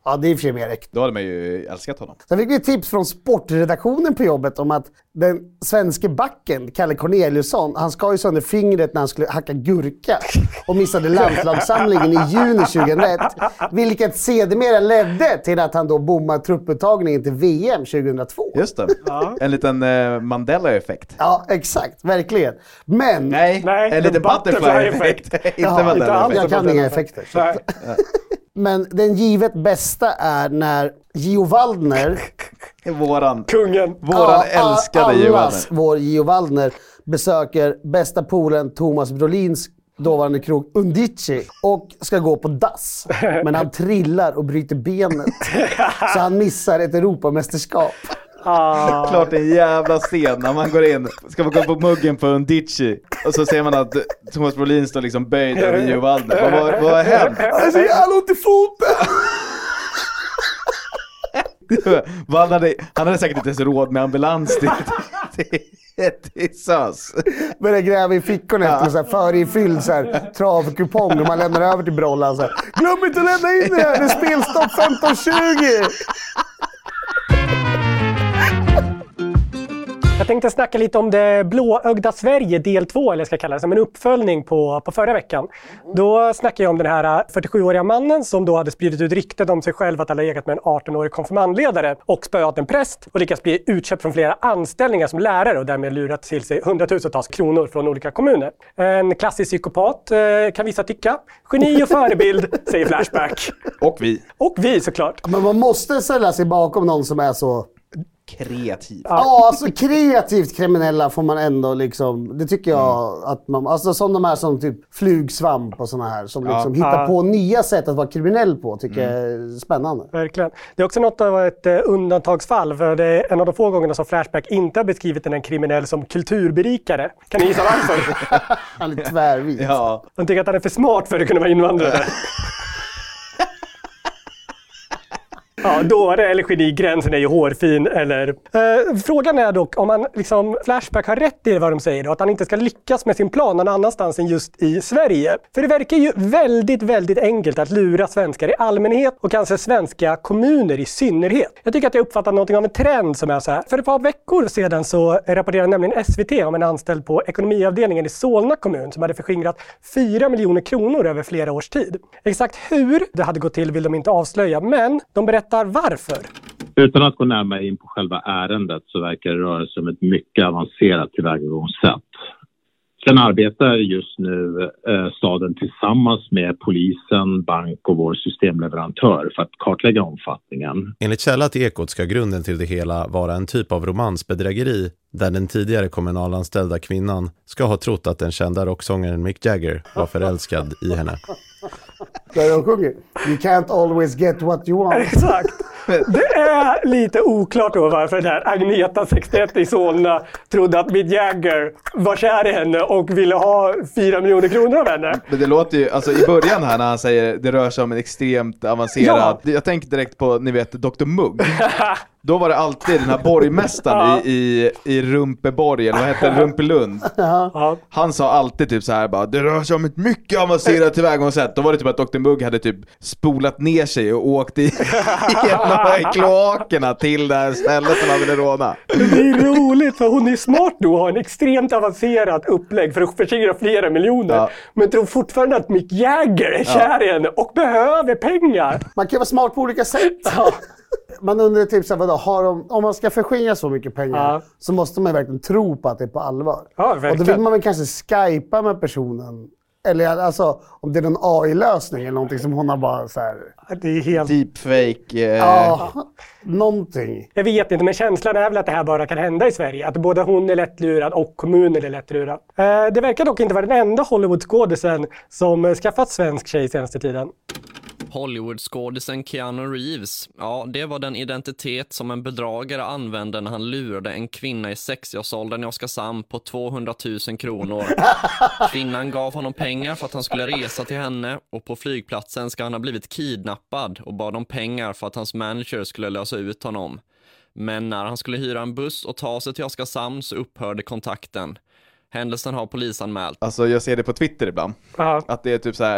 Ja, det är i och för sig mer äkta. Då hade man ju älskat honom. Sen fick vi tips från sportredaktionen på jobbet om att den svenska backen, Kalle Corneliusson, han skar ju sönder fingret när han skulle hacka gurka och missade landslagssamlingen i juni tjugohundraett. Vilket sedermera ledde till att han då bommade trupputtagningen till V M tjugohundratvå. Just det. Ja. En liten eh, Mandela-effekt. Ja, exakt. Verkligen. Men... Nej, Nej en liten butterfly-effekt. Inte ja, Mandela-effekt. Jag kan inga effekter. Men den givet bästa är när Gio Waldner, våran kungen, våran ja, älskade Gio Waldner, vår Gio Waldner besöker bästa polen Thomas Brolins dåvarande krog Undici och ska gå på dass. Men han trillar och bryter benet så han missar ett Europamästerskap. Ah. Klart en jävla scen när man går in, ska man gå på muggen på Undici och så ser man att Thomas Brolin står liksom böjd över Gio Waldner. Vad, vad, vad har hänt? Jag ser jävla ont i foten! han, hade, han hade säkert inte ens råd med ambulans till, till, till S A S. Börjar gräva i fickorna efter så här före i fyll så här travkupong och man lämnar över till Brollan så här. Glöm inte att lämna in det här, det är spelstopp femton tjugo! Jag tänkte snacka lite om det blåögda Sverige del två, eller jag ska kalla det, som en uppföljning på, på förra veckan. Då snackade jag om den här fyrtiosjuåriga mannen som då hade spridit ut ryktet om sig själv att han hade legat med en artonårig konfirmandledare och spöat en präst och lyckats bli utköpt från flera anställningar som lärare och därmed lurat till sig hundratusentals kronor från olika kommuner. En klassisk psykopat eh, kan vissa tycka. Geni och förebild, säger Flashback. Och vi. Och vi såklart. Men man måste ställa sig bakom någon som är så... kreativ. Ja, alltså kreativt kriminella får man ändå liksom, det tycker jag mm. att man, alltså som de här som typ flugsvamp och såna här som liksom ja. hittar ja. på nya sätt att vara kriminell på, tycker mm. jag är spännande. Verkligen. Det är också något av ett uh, undantagsfall, för det är en av de få gångerna som Flashback inte har beskrivit en kriminell som kulturberikare. Kan ni gissa varför? Han är tvärvit. Ja. Han tycker att han är för smart för att kunna vara invandrare. Ja, dåre eller geni, gränsen är ju hårfin. Eller... Eh, frågan är dock om man liksom, Flashback har rätt i vad de säger då, att han inte ska lyckas med sin plan någon annanstans än just i Sverige. För det verkar ju väldigt, väldigt enkelt att lura svenskar i allmänhet och kanske svenska kommuner i synnerhet. Jag tycker att jag uppfattat någonting av en trend som är så här. För ett par veckor sedan så rapporterade nämligen S V T om en anställd på ekonomiavdelningen i Solna kommun som hade förskingrat fyra miljoner kronor över flera års tid. Exakt hur det hade gått till vill de inte avslöja, men de berättar varför. Utan att gå närmare in på själva ärendet så verkar det röra sig om ett mycket avancerat tillvägagångssätt. Sen arbetar just nu eh, staden tillsammans med polisen, bank och vår systemleverantör för att kartlägga omfattningen. Enligt källa till Ekot ska grunden till det hela vara en typ av romansbedrägeri där den tidigare kommunalanställda kvinnan ska ha trott att den kända rocksångaren Mick Jagger var förälskad i henne. Där de sjunger. You can't always get what you want. Exakt. Det är lite oklart då varför den här Agneta sextioett i Solna trodde att Mick Jagger var kär i henne och ville ha fyra miljoner kronor av henne. Men det låter ju, alltså i början här när han säger det rör sig om en extremt avancerad, ja. Jag tänker direkt på, ni vet, doktor Mugg. Då var det alltid den här borgmästaren ja. i, i, i Rumpeborg, eller vad heter det? Rumpelund. Ja. Han sa alltid typ så här bara, det rör sig om ett mycket avancerat tillvägagångssätt. Då var det typ att doktor Mugg hade typ spolat ner sig och åkt i, genom kloakerna till det här stället som han ville råna. Det är roligt för hon är smart då och har en extremt avancerat upplägg för att förskingra flera miljoner. Ja. Men tror fortfarande att Mick Jagger är kär i henne och behöver pengar. Man kan vara smart på olika sätt. Ja. Man undrar typ så här, vadå, har de, om man ska förskingra så mycket pengar ja. så måste man verkligen tro på att det är på allvar. Ja, och då vill man väl kanske skypa med personen. Eller alltså, om det är någon A I-lösning eller någonting som hon har bara så här... Det är helt... Deepfake. Eh... Ja, någonting. Jag vet inte, men känslan är väl att det här bara kan hända i Sverige. Att både hon är lättlurad och kommunen är lättlurad. Eh, det verkar dock inte vara den enda Hollywood-skådisen som skaffat svensk tjej senaste tiden. Hollywood-skådisen Keanu Reeves, ja, det var den identitet som en bedragare använde när han lurade en kvinna i sextioårsåldern i Oskarshamn på tvåhundratusen kronor. Kvinnan gav honom pengar för att han skulle resa till henne och på flygplatsen ska han ha blivit kidnappad och bad om pengar för att hans manager skulle lösa ut honom. Men när han skulle hyra en buss och ta sig till Oskarshamn så upphörde kontakten. Händelsen har polisanmält. Alltså jag ser det på Twitter ibland. Uh-huh. Att det är typ så här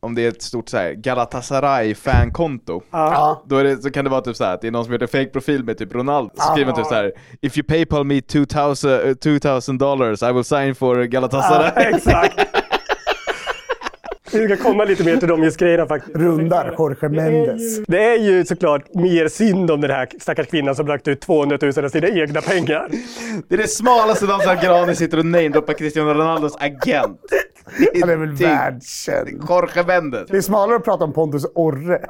om det är ett stort så här Galatasaray-fankonto, Ja. då är det, så kan det vara typ så här att det är någon som gjort en fake-profil med typ Ronaldo. Så skriver man typ så här: If you paypal me two thousand dollars I will sign for Galatasaray. Ja, exakt. Vi ska komma lite mer till de just grejerna faktiskt. Rundar Jorge Mendes. Det är ju såklart mer synd om den här stackars kvinnan som lagt ut tvåhundratusen av sina egna pengar. Det är det smalaste de som Grani sitter och namedroppar Cristiano Ronaldos agent. Han är väl världskänd. Jorge Mendes. Det är smalare att prata om Pontus Orre.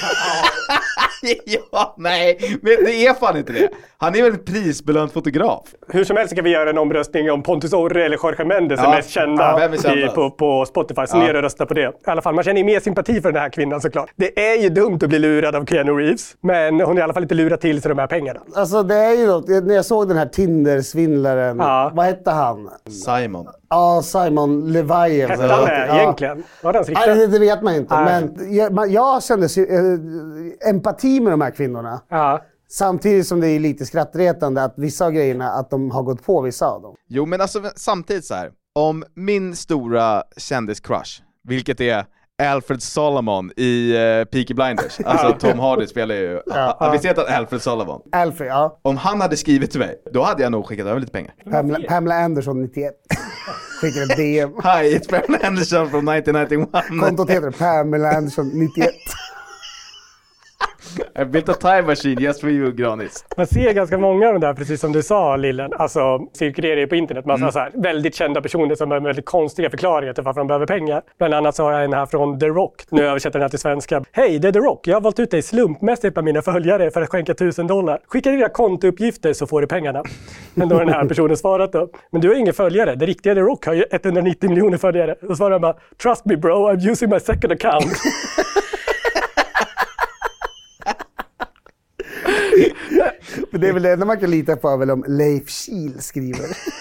Ja, nej, men det är fan inte det. Han är väl en prisbelönt fotograf. Hur som helst ska vi göra en omröstning om Pontus Orre eller Jorge Mendes Ja. är mest kända, Ja, vem är kändast? i, på, på Spotify. Så Ja. ner och rösta på det. I alla fall, man känner ju mer sympati för den här kvinnan såklart. Det är ju dumt att bli lurad av Keanu Reeves, men hon är i alla fall inte lurat till sig de här pengarna. Alltså det är ju något, när jag såg den här Tinder-svindlaren, Ja. vad hette han? Simon. Ja, Simon Levajev. Hette han det egentligen? Var det hans riktiga? Nej, det vet man inte. Nej. Men jag, man, jag kände sy- eh, empati med de här kvinnorna. Ja. Samtidigt som det är lite skrattretande att vissa av grejerna, att de har gått på vissa av dem. Jo, men alltså samtidigt så här, om min stora kändis-crush, vilket är Alfred Solomon i uh, Peaky Blinders, alltså Tom Hardy spelar ju, Ja. har vi sett att Alfred Solomon? Alfred, ja. Om han hade skrivit till mig, då hade jag nog skickat över lite pengar. Pamela, Pamela Anderson nittioett. Skickar ett D M. Hi, it's Pamela Anderson from nittonhundranittioett. Kontot heter Pamela Anderson nittioett. I built a time machine just for you, Granis. Man ser ganska många av de där, precis som du sa, Lillen. Alltså, cirkulerar ju på internet. Man mm. så här, väldigt kända personer som har väldigt konstiga förklaringar till varför de behöver pengar. Bland annat så har jag en här från The Rock. Nu översätter den här till svenska. Hej, det är The Rock. Jag har valt ut dig slumpmässigt bland mina följare för att skänka tusen dollar. Skicka dina kontouppgifter så får du pengarna. Men då har den här personen svarat då. Men du har ingen följare. Det riktiga The Rock har ju etthundranittio miljoner följare. Då svarar han bara, trust me bro, I'm using my second account. Men det är väl det enda man kan lita på, väl om Leif Kiel skriver.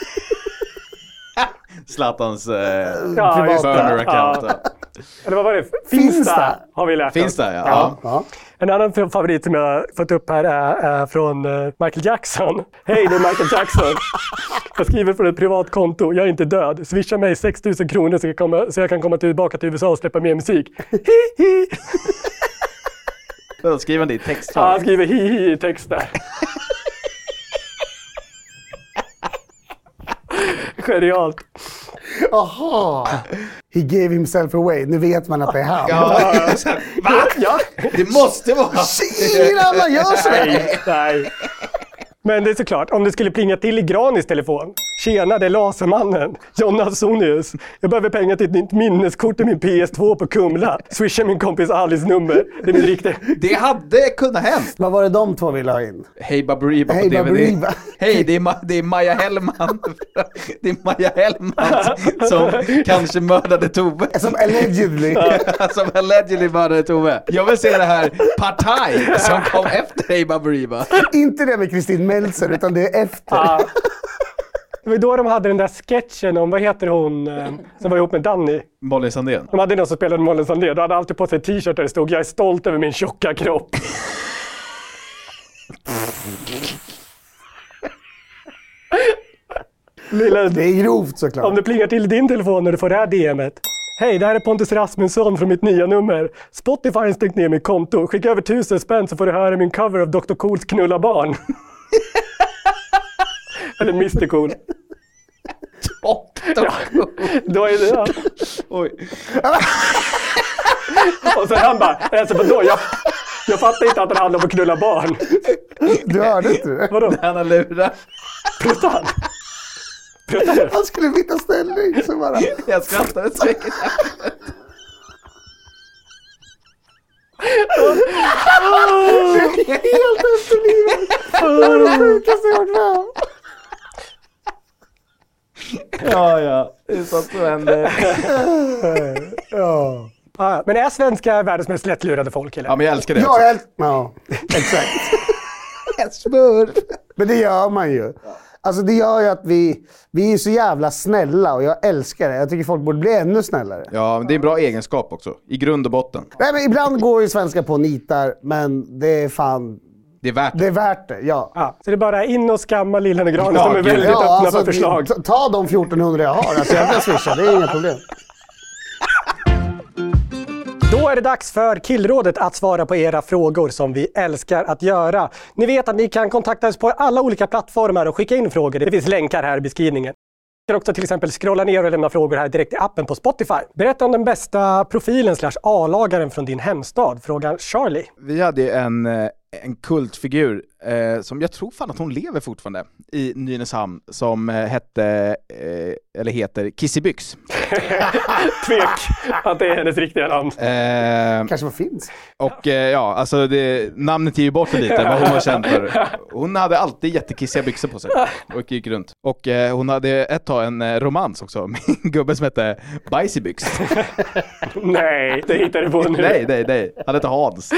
Zlatans eh, Ja, just det. burner-account. Ja. Eller vad var det? Finsta. Finsta har vi lärt oss. Finsta, ja. Ja. Ja. En annan favorit som jag har fått upp här är, är från uh, Michael Jackson. Hej, det är Michael Jackson. Jag skriver från ett privat konto. Jag är inte död. Swisha mig sex tusen kronor så jag, komma, så jag kan komma tillbaka till U S A och släppa mer musik. Hi-hi. Då skriver han det i text. Ja, han skriver hi-hi i text där. Genialt. Aha! He gave himself away. Nu vet man att det är han. Ja, va? Ja. Det måste vara. Ingen annan gör så. Nej, nej. Men det är såklart, om det skulle plinga till i Granis telefon. Tjena, det är Lasermannen. Jonas Sonius. Jag behöver pengar till ett nytt minneskort i min P S två på Kumla. Swisha min kompis Alice nummer. Det är min riktiga. Det hade kunnat hänt. Vad var det de två ville ha in? Hej Baberiba på Hey D V D. Baberiba. Hej, det är, Ma- det är Maja Hellman. Det är Maja Hellman som kanske mördade Tove. Som allegedly. Som allegedly mördade Tove. Jag vill se det här Partaj som kom efter Hej Baberiba. Inte det med Kristin Meltzer, utan det är efter. Ja. Det var då de hade den där sketchen om, vad heter hon, eh, som var ihop med Danny. Molly Sandén. De hade någon som spelade Molly Sandén. De hade alltid på sig en t-shirt där det stod, jag är stolt över min tjocka kropp. Lilla, Det är grovt såklart. om det plingar till din telefon när du får det här D M:et. Hej, det här är Pontus Rasmusson från mitt nya nummer. Spotify har stängt ner mitt konto. Skicka över tusen spänn så får du höra min cover av doktor Cools Knulla barn. Eller mister Cool. doktor Cool. Då är det, ja. Oj. Och så han bara, alltså vadå? Jag, jag fattar inte att det handlar om att knulla barn. Du hörde inte det? Vadå? Han har lurat. Pruttar han? Pruttar du? Han skulle byta ställning så bara... Jag skrattade säkert. Helt efterblivet. Det var det sjukaste jag varit med om. Ja, ja. Det är så att det händer. Ja. Ah, men är svenska världens mest lättlurade folk, eller? Ja, men jag älskar det Ja, också. jag älskar... Ja, exakt. Men det gör man ju. Alltså det gör ju att vi, vi är så jävla snälla och jag älskar det. Jag tycker folk borde bli ännu snällare. Ja, men det är en bra egenskap också. I grund och botten. Nej, men ibland går ju svenska på nitar, men det är fan... Det är värt det. Det är värt det, ja. Ja, så det är bara in och skamma Lillen och Granis Ja, som är gud. väldigt Ja, öppna alltså, för förslag. ta- Ta de fjortonhundra jag har. Alltså jag kan swisha, det är inga problem. Då är det dags för Killrådet att svara på era frågor som vi älskar att göra. Ni vet att ni kan kontakta oss på alla olika plattformar och skicka in frågor. Det finns länkar här i beskrivningen. Ni kan också till exempel scrolla ner och lämna frågor här direkt i appen på Spotify. Berätta om den bästa profilen slash A-lagaren från din hemstad. Frågar Charlie. Vi hade en, en kultfigur eh, som jag tror fan att hon lever fortfarande i Nynäshamn som eh, hette, eh, eller heter Kissibyx. Tvek att det är hennes riktiga namn. Eh, Kanske vad finns. och eh, ja, alltså det, namnet ger ju bort lite vad hon var känd för. Hon hade alltid jättekissiga byxor på sig och gick runt. Och eh, hon hade ett tag en eh, romans också med en gubbe som hette Bajsibyx. Nej, det hittar du på nu. nej, nej, nej. Han hette Hans.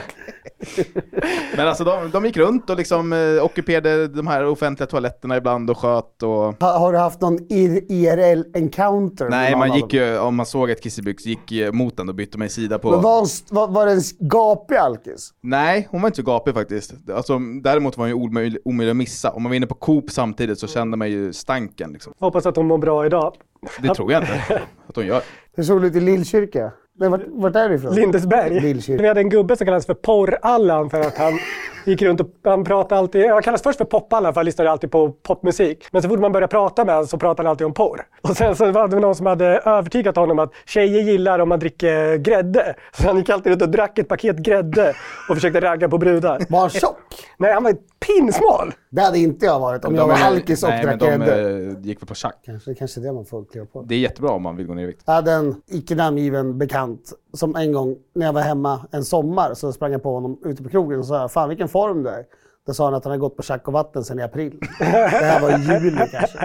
Men alltså de, de gick runt och liksom eh, ockuperade de här offentliga toaletterna ibland och sköt och... Ha, har du haft någon I R L-encounter? Nej, man gick ju, om man såg ett Kissibyx gick ju mot den och bytte mig sida på... Men var, var, var det en gapig alkis? Nej, hon var inte så gapig faktiskt. Alltså, däremot var hon ju omöjlig, omöjlig att missa. Om man var inne på Coop samtidigt så kände man ju stanken liksom. Hoppas att hon mår bra idag. Det tror jag inte att hon gör. Hur såg det ut i Lillkyrka? Nej, vart, vart är det ifrån? Lindesberg. Lillkyrka. Vi hade en gubbe som kallades för Porr-Allan för att han gick runt och han pratade alltid, han kallas först för Pop-Allan för han lyssnade alltid på popmusik. Men så fort man började prata med honom så pratade han alltid om porr. Och sen så var det någon som hade övertygat honom att tjejer gillar om man dricker grädde. Så han gick alltid runt och drack ett paket grädde och försökte ragga på brudar. Var han tjock? Nej, han var pinsmal. Det hade inte jag varit om De jag var är- alkis och nej, drack men de grädde. eh, gick väl på schack. Kanske, kanske det man får kliva på. Det är jättebra om man vill gå ner i vikt. Jag hade en icke namngiven bekant som en gång när jag var hemma en sommar så sprang jag på honom ute på krogen och sa fan vilken form du är. Då sa han att han hade gått på schack och vatten sedan i april. Det här var i juli kanske.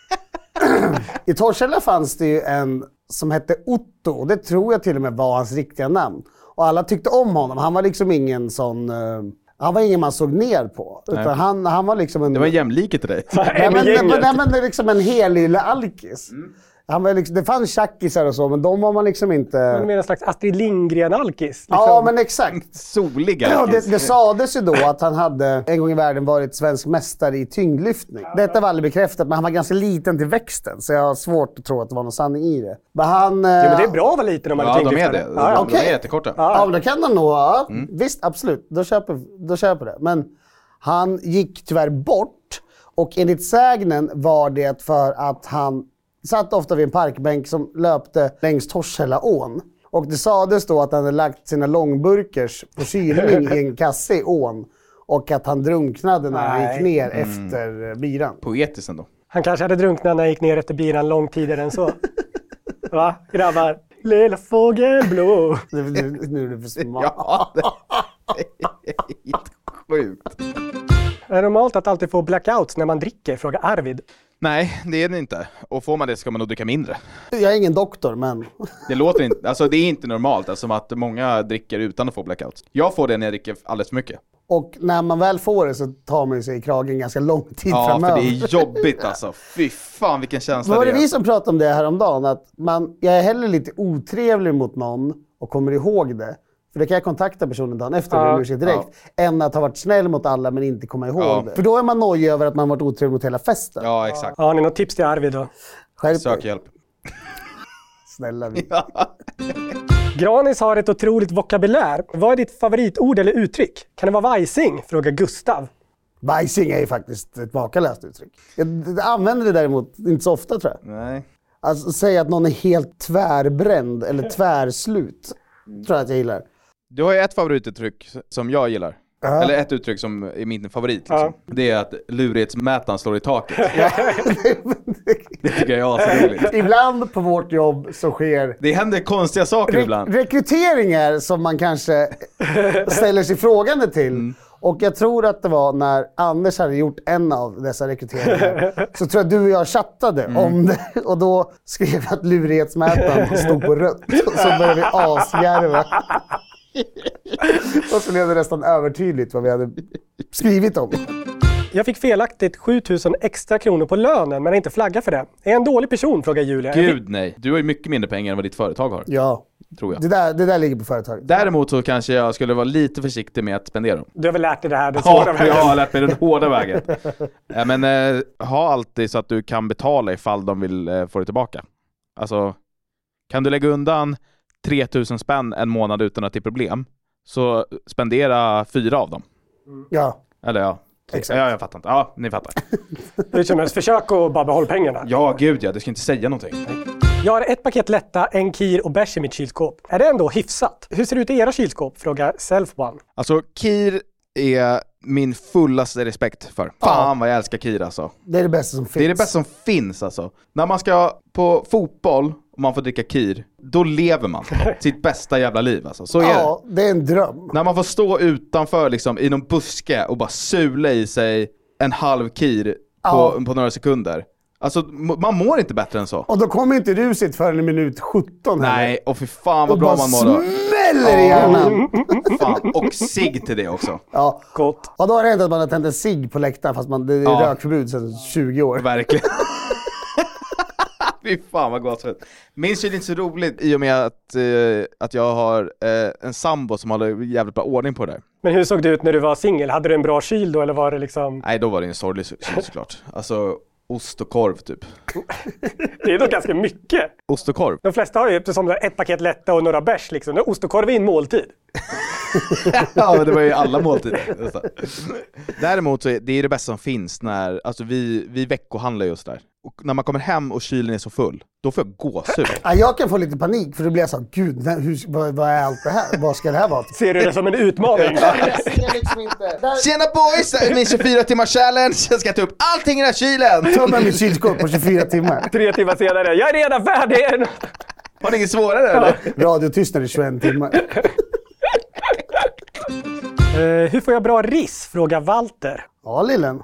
I Torshälla fanns det ju en som hette Otto och det tror jag till och med var hans riktiga namn. Och alla tyckte om honom. Han var liksom ingen sån... Uh, han var ingen man såg ner på. Utan han, han var liksom en... Det var en jämlike till dig. Nej, men, nej, men, nej, men det är liksom en helylle alkis. Mm. Han var liksom, det fanns tjackisar och så, men de var man liksom inte... Men med en slags Astrid Lindgren-alkis. Liksom. Ja, men exakt. Soliga Ja, alkis. det, det sades ju då att han hade en gång i världen varit svensk mästare i tyngdlyftning. Detta var aldrig bekräftat, men han var ganska liten till växten, så jag har svårt att tro att det var någon sanning i det. Men han... Ja, men det är bra att vara liten om man Ja, är de är tyngdlyftare. det. Ja, De, okej. de är jättekorta. Ja, men då kan han nog ha. Mm. Visst, absolut. Då köper, då köper det. Men han gick tyvärr bort. Och enligt sägnen var det för att han satt ofta vid en parkbänk som löpte längs Torshällaån. Och det sades då att han hade lagt sina långburkers på kylning i en kasse i ån. Och att han drunknade när han gick ner mm. efter biran. Poetiskt ändå. Han kanske hade drunknat när han gick ner efter bilen långt tidigare än så. Va, grabbar? Lilla fågelblå. Nu, nu, nu är det för smart. Ja, det är helt sjukt. Är det normalt att alltid få blackouts när man dricker? Frågar Arvid. Nej, det är det inte. Och får man det ska man nog dricka mindre. Jag är ingen doktor, men... Det låter inte, alltså det är inte normalt. Alltså att många dricker utan att få blackouts. Jag får det när jag dricker alldeles för mycket. Och när man väl får det så tar man sig i kragen ganska lång tid ja, framöver. Ja, för det är jobbigt alltså. Fy fan vilken känsla var det är. Det vi som pratade om det här om dagen att man, jag är hellre lite otrevlig mot någon och kommer ihåg det. För det kan jag kontakta personen dagen efter ja, direkt. Ja. Än att ha varit snäll mot alla men inte komma ihåg ja. det. För då är man nöjd över att man varit otrevlig mot hela festen. Ja, exakt. Ja, har ni något tips till Arvid då? Skärp Sök hjälp. Snälla vi. Ja. Granis har ett otroligt vokabulär. Vad är ditt favoritord eller uttryck? Kan det vara vajsing? Frågar Gustav. Vajsing är ju faktiskt ett makalöst uttryck. Jag använder det däremot inte så ofta tror jag. Nej. Alltså säga att någon är helt tvärbränd eller tvärslut. Tror jag att jag gillar. Du har ju ett favorituttryck som jag gillar. Uh-huh. Eller ett uttryck som är min favorit. Liksom. Uh-huh. Det är att lurighetsmätaren slår i taket. Det tycker jag är så roligt. Ibland på vårt jobb så sker... Det händer konstiga saker re- ibland. Rekryteringar som man kanske ställer sig frågande till. Mm. Och jag tror att det var när Anders hade gjort en av dessa rekryteringar. Så tror jag du och jag chattade mm. om det. Och då skrev jag att lurighetsmätaren stod på rött. Och så började vi asgarva. Och så blev det nästan övertydligt vad vi hade skrivit om. Jag fick felaktigt sjutusen extra kronor på lönen men inte flagga för det. Är jag en dålig person? Frågar Julia. Gud nej. Du har ju mycket mindre pengar än vad ditt företag har. Ja. Tror jag. Det där, det där ligger på företaget. Däremot så kanske jag skulle vara lite försiktig med att spendera dem. Du har väl lärt dig det här den svåra ja, vägen? Ja, jag har lärt mig den hårda vägen. ja, men eh, ha alltid så att du kan betala ifall de vill eh, få det tillbaka. Alltså, kan du lägga undan tre tusen spänn en månad utan att det är problem, så spendera fyra av dem. Ja. Eller ja. Exakt. Ja, jag fattar inte. Ja, ni fattar. Hur som helst, försök att bara behålla pengarna. Ja, gud ja. Det ska inte säga någonting. Jag har ett paket lätta, en Kir och bärs i mitt kylskåp. Är det ändå hyfsat? Hur ser det ut i era kylskåp? Frågar Self One. Alltså, Kir är min fullaste respekt för. Fan vad jag älskar Kir alltså. Det är det bästa som finns. Det är det bästa som finns alltså. När man ska på fotboll och man får dricka Kir, då lever man sitt bästa jävla liv alltså. Så är ja, det. det är en dröm. När man får stå utanför liksom i någon buske och bara sula i sig en halv Kir på, ja. på några sekunder. Alltså, man mår inte bättre än så. Och då kommer inte ruset förrän i minut sjutton. Nej, heller. och för fan vad bra man mår då. Och smäller i hjärnan. Fan, och cigg till det också. Ja, gott. Och då har det hänt att man har tänt en cigg på läktaren fast man, det är ja. rökförbud sedan tjugo år. Verkligen. Fy fan vad gott. Minns ju det inte så roligt i och med att, eh, att jag har eh, en sambo som håller jävligt bra ordning på det där. Men hur såg det ut när du var singel? Hade du en bra kyl då eller var det liksom... Nej, då var det en sorglig kyl såklart. Alltså ost och korv typ. Det är då ganska mycket. Ost och korv? De flesta har ju som ett paket lätta och några bärs liksom. Ost och korv är en måltid. Ja, men det var ju alla måltider. Däremot så är det är det bästa som finns när, alltså vi, vi veckohandlar just där. Och när man kommer hem och kylen är så full, då får jag gåshud. Ja, jag kan få lite panik för det blir så gud, nej, hur, vad, vad är allt det här? Vad ska det här vara? Ser du det som en utmaning? Jag ser liksom inte. Där... Tjena boys! Min tjugofyra timmars challenge. Jag ska ta upp allting i den här kylen. Tömma min kylskåp på tjugofyra timmar. Tre timmar senare, jag är redan färdig! Har ni inget svårare eller? Radiotystnad i tjugoen timmar. Uh, hur får jag bra riss? Frågar Walter. Ja, lillen.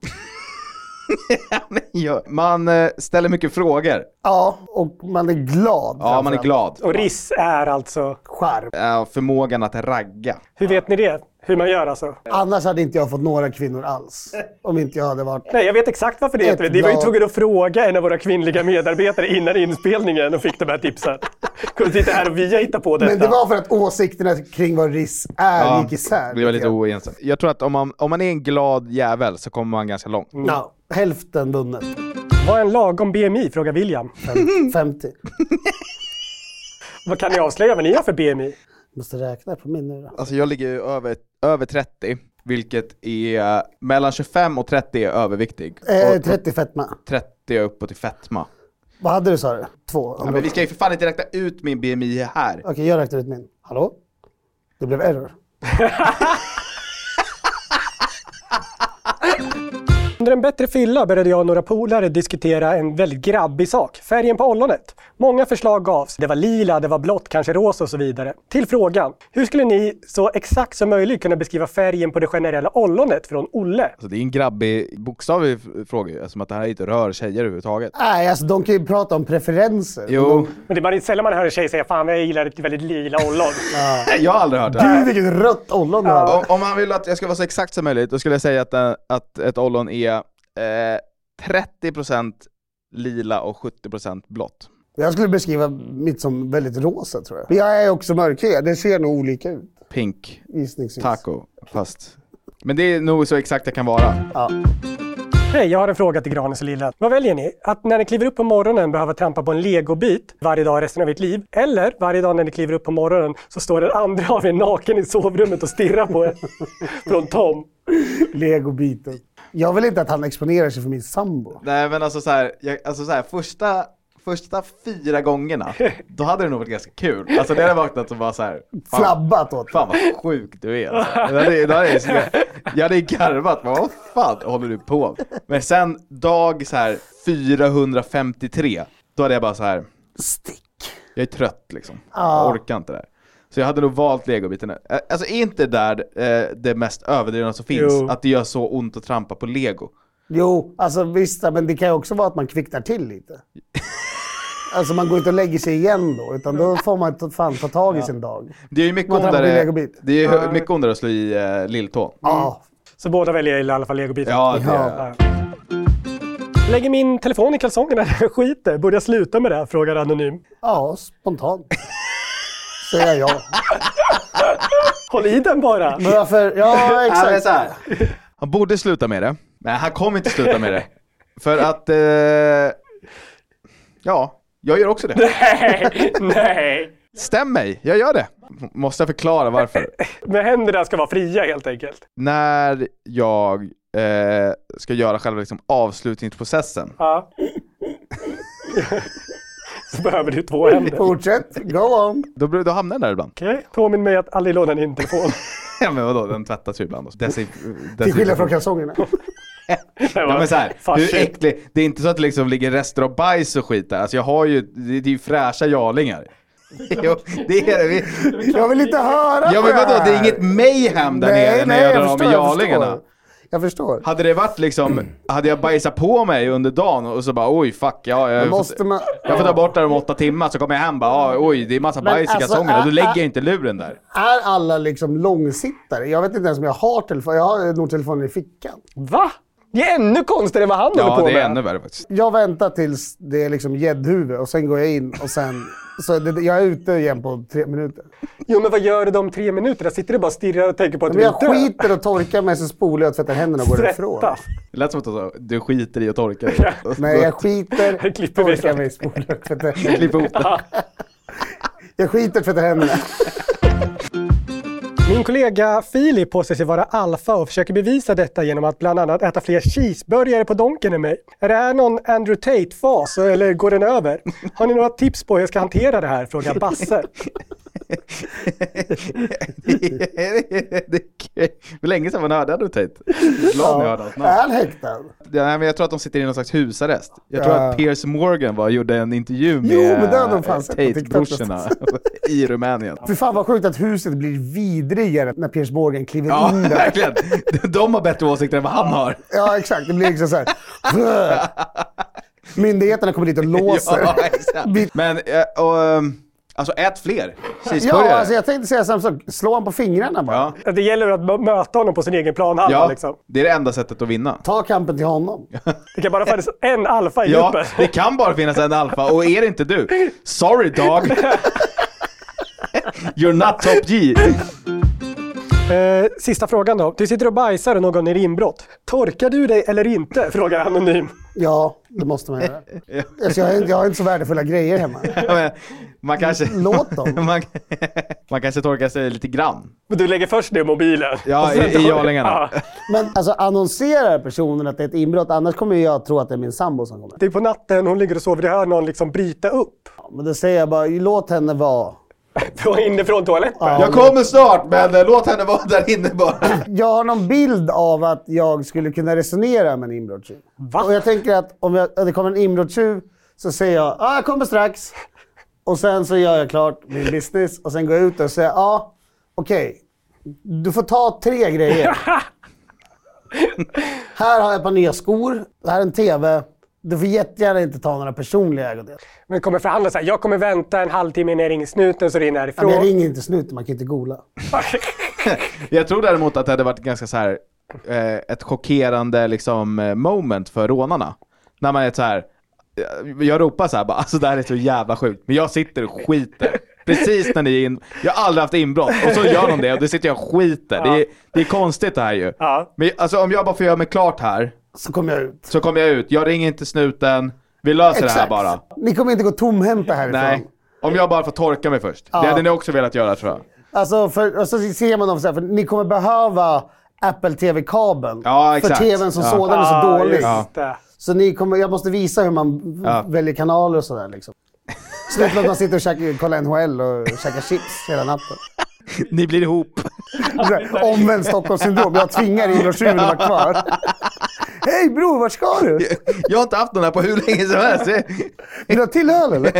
Ja, man eh, ställer mycket frågor. Ja, och man är glad. Ja, man är glad. Och riss är alltså? Charm. Ja, förmågan att ragga. Hur vet ni det? Hur man gör alltså? Annars hade inte jag fått några kvinnor alls. Om inte jag hade varit... Nej, jag vet exakt varför det heter. Det var ju tvungen att fråga en av våra kvinnliga medarbetare innan inspelningen och fick de här tipsen. Kunde sitta här och vi hittar på detta. Men det var för att åsikterna kring vad riss är ja, gick isär. Det var lite oense. Jag tror att om man, om man är en glad jävel så kommer man ganska långt. Mm. Ja, hälften bundet. Vad är en lagom B M I? Frågar William. femtio. Vad kan ni avslöja vad ni har för B M I? Måste räkna på min nu då. Alltså jag ligger ju över, över trettio, vilket är mellan tjugofem och trettio är överviktig. Eh, och trettio fetma. trettio är uppåt i fetma. Vad hade du, sa du? Två. Ja, men vi ska ju för fan inte räkna ut min B M I här. Okej, jag räknar ut min. Hallå? Det blev error. Under en bättre fylla började jag och några polare diskutera en väldigt grabbig sak. Färgen på ollonet. Många förslag gavs. Det var lila, det var blått, kanske rosa och så vidare. Till frågan. Hur skulle ni så exakt som möjligt kunna beskriva färgen på det generella ollonet från Olle? Alltså det är en grabbig bokstavig fråga. Som att det här inte rör tjejer överhuvudtaget. Nej, alltså de kan ju prata om preferenser. Jo. De... Men det är bara sällan man hör en tjej säga fan jag gillar ett väldigt lila ollon. Ja. Jag har aldrig hört det. Gud vilket rött ollon du har. Om, om man vill att jag ska vara så exakt som möjligt, då skulle jag säga att, att ett ollon är eh, trettio procent lila och sjuttio procent blått. Jag skulle beskriva mitt som väldigt rosa, tror jag. Men jag är också mörkhyad. Det ser nog olika ut. Pink. Gissningsvis. Taco. Fast. Men det är nog så exakt det kan vara. Ja. Hej, jag har en fråga till Granis och Lilla. Vad väljer ni? Att när ni kliver upp på morgonen behöva trampa på en legobit varje dag resten av ert liv? Eller varje dag när ni kliver upp på morgonen så står den andra av er naken i sovrummet och stirrar på er? Från Tom. Legobiten. Jag vill inte att han exponerar sig för min sambo. Nej, men alltså så här, jag, alltså så här första, första fyra gångerna, då hade det nog varit ganska kul. Alltså det hade vaknat och bara så här... Fan, flabbat åt. Fan vad sjuk du är. Alltså. Det hade, det hade, jag, jag hade garvat, men vad fan håller du på? Men sen dag så här fyrahundrafemtiotre, då hade jag bara så här... Stick. Jag är trött liksom. Ah. Jag orkar inte det. Så jag hade nog valt legobiten. Alltså är inte där eh, det mest överdrivna som finns? Jo. Att det gör så ont att trampa på lego. Jo, alltså visst, men det kan ju också vara att man kvicknar till lite. Alltså man går inte och lägger sig igen då, utan då får man ta, fan ta tag i ja. sin dag. Det är ju mycket ondare, det är ju uh. mycket ondare att slå i uh, lilltån. Ja. Mm. Så båda väljer i alla fall legobiten? Ja, det ja. Lägger min telefon i kalsongerna när skiter. Borde jag sluta med det här? Frågar Anonym. Ja, spontant. Säger jag. Håll i den bara. Men varför? Ja, exakt. Ja, så här. Han borde sluta med det. Men han kommer inte sluta med det. För att... Eh, ja, jag gör också det. Nej, nej. Stäm mig, jag gör det. Måste jag förklara varför? Men händerna ska vara fria helt enkelt. När jag eh, ska göra själva liksom avslutningsprocessen. Ja. Så behöver du två händer. Fortsätt, go on. Då, då hamnar den där ibland. Okej, okay. Påminn mig att aldrig låna din telefon. Ja men vadå, den tvättas ju ibland. Dessi, Till skillnad från kalsongerna. Ja men så här, hur äckligt. Det är inte så att det liksom ligger rester av bajs och skit där. Alltså jag har ju, det, det är ju fräscha jarlingar. Jo, det är det. Jag vill inte höra. Ja men vadå, det är inget mayhem där nej, nere när nej, jag drar jag av förstår, med jarlingarna. Jag förstår. Jag förstår. Hade det varit liksom, hade jag bajsat på mig under dagen och så bara, oj fuck, ja, jag, måste man, jag får ta bort det om åtta timmar så kommer jag hem bara, oj det är massa men bajs i alltså, kalsongerna, då lägger är, jag inte luren där. Är alla liksom långsittare? Jag vet inte ens om jag har telefon, jag har nog telefonen i fickan. Va? Det är ännu konstigare än vad han ja, håller på med. Ja, det är ännu värre faktiskt. Jag väntar tills det är liksom gäddhuvud och sen går jag in och sen... Så det, jag är ute igen på tre minuter. Jo, men vad gör du de tre minuterna? Sitter du bara och stirrar och tänker på att men du jag är skiter och torkar mig, så spolar jag och tvättar händerna och går ifrån. Det lät som att du sa, du skiter i att torka dig. Nej, jag skiter, torkar mig, spolar och tvättar händerna. Jag skiter och tvättar händerna. Min kollega Filip påstår sig vara alfa och försöker bevisa detta genom att bland annat äta fler cheeseburgare på donken än mig. Är det här någon Andrew Tate-fas eller går den över? Har ni några tips på hur jag ska hantera det här? Frågar Basse. Det är länge sedan man hörde Andrew Tate. Ja, är han häktad? Ja, men jag tror att de sitter i någon slags husarrest. Jag tror ja. att Piers Morgan var, gjorde en intervju med jo, men Tate-brorsorna i Rumänien. För fan vad sjukt att huset blir vidrigare när Piers Morgan kliver ja, in där. Verkligen. De har bättre åsikter än vad han har. Ja, exakt. Det blir liksom så här. Myndigheterna kommer dit och låser. Ja, exakt. Men, och... Alltså ät fler cheeseburgare. Ja, alltså jag tänkte säga samma sak. Slå han på fingrarna bara. Ja. Det gäller att möta honom på sin egen planhalva. Ja, liksom. Det är det enda sättet att vinna. Ta kampen till honom. Det kan bara finnas en alfa i ja, gruppen. Det kan bara finnas en alfa. Och är det inte du? Sorry dog. You're not top G. Eh, sista frågan då. Du sitter och bajsar och någon är inbrott. Torkar du dig eller inte? Frågar Anonym. Ja, det måste man göra. Alltså, jag, har inte, jag har inte så värdefulla grejer hemma. Men, man kanske, låt dem. Man, man kanske torkar sig lite grann. Men du lägger först det i mobilen. Ja, i, i jarlingarna. Ja. Men alltså annonserar personen att det är ett inbrott, annars kommer jag tro att det är min sambo som kommer. Det är på natten, hon ligger och sover, det hör någon liksom bryta upp. Ja, men då säger jag bara, låt henne vara. Från inifrån toaletten. Ja, jag kommer snart, men äh, låt henne vara där inne bara. Jag har någon bild av att jag skulle kunna resonera med en inbrottstjuv. Va? Och jag tänker att om jag, det kommer en inbrottstjuv så säger jag, ja ah, jag kommer strax. Och sen så gör jag klart min business och sen går jag ut och säger, ja ah, okej, okay. Du får ta tre grejer. Här har jag ett par nya skor, det här är en tv. Du får jättegärna inte ta några personliga ägodelar. Men kommer förhandla så här, jag kommer vänta en halvtimme när jag ringer snuten så rinner härifrån. Ja, men jag ringer inte snuten, man kan inte googla. Jag tror däremot att det hade varit ganska så här eh, ett chockerande liksom moment för rånarna. När man är så här, jag ropar så här bara, alltså det här är så jävla sjukt. Men jag sitter och skiter. Precis när ni är in, jag har aldrig haft inbrott. Och så gör de det och då sitter jag och skiter. Ja. Det, är, det är konstigt det här ju. Ja. Men alltså om jag bara får göra mig klart här. Så kommer jag ut. Så kommer jag ut. Jag ringer inte snuten. Vi löser Exakt. det här bara. Ni kommer inte gå tomhänta härifrån. Nej. Om jag bara får torka mig först. Ja. Det hade ni också velat göra tror jag. Alltså för, och så ser man dem så här, för ni kommer behöva Apple T V-kabeln. Ja, exakt. För tvn som ja. sådan är så ah, dålig. Ja. Så ni kommer, jag måste visa hur man ja. väljer kanaler och sådär liksom. Sluta med att man sitter och käkar, kollar N H L och käkar chips hela natten. Ni blir ihop. Omvänd Stockholmssyndrom. Jag tvingar inbrottstjuven att vara kvar. Hej bror, vart ska du? Jag har inte haft den här på hur länge som helst. Vill du ha till öl eller?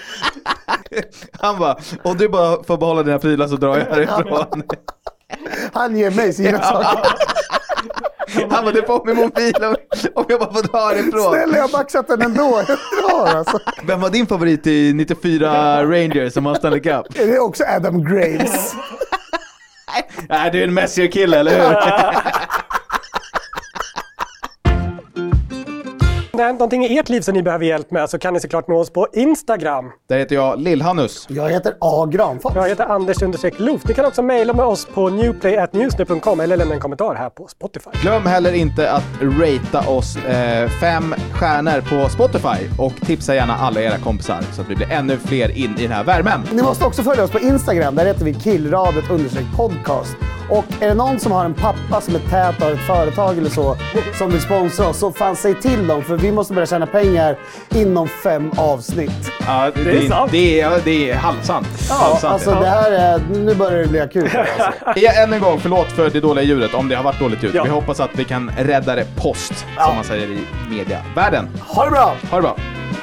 Han bara, om du bara får behålla dina prylar så drar jag härifrån. Han ger mig sina ja. saker. Han bara, du får min mobil om jag bara får dra härifrån. Snälla, jag har baxat den ändå. Jag drar alltså. Vem var din favorit i nittiofyra Rangers som har Stanley Cup? Är det också Adam Graves? Nej, du är en Messier kille, eller hur? det är någonting i ert liv som ni behöver hjälp med så kan ni såklart nå oss på Instagram. Där heter jag Lill-Hannus. Jag heter A. Granfors. Jag heter Anders understreck Loof. Ni kan också mejla med oss på newplay at newsny punkt com eller lämna en kommentar här på Spotify. Glöm heller inte att ratea oss eh, fem stjärnor på Spotify och tipsa gärna alla era kompisar så att vi blir ännu fler in i den här värmen. Ni måste också följa oss på Instagram. Där heter vi killradet understreck podcast. Och är det någon som har en pappa som är tät av ett företag eller så som vill sponsra oss, så fan säg till dem, för vi måste börja tjäna pengar inom fem avsnitt. Ja, det, det är sant. Det är, det är halvsant. Ja, halvsant alltså ja. det här är, nu börjar det bli akut. Alltså. Ja, än en gång, förlåt för det dåliga ljudet om det har varit dåligt ljud. Ja. Vi hoppas att vi kan rädda det post, Ja. som man säger i mediavärlden. Ha det bra! Ha det bra!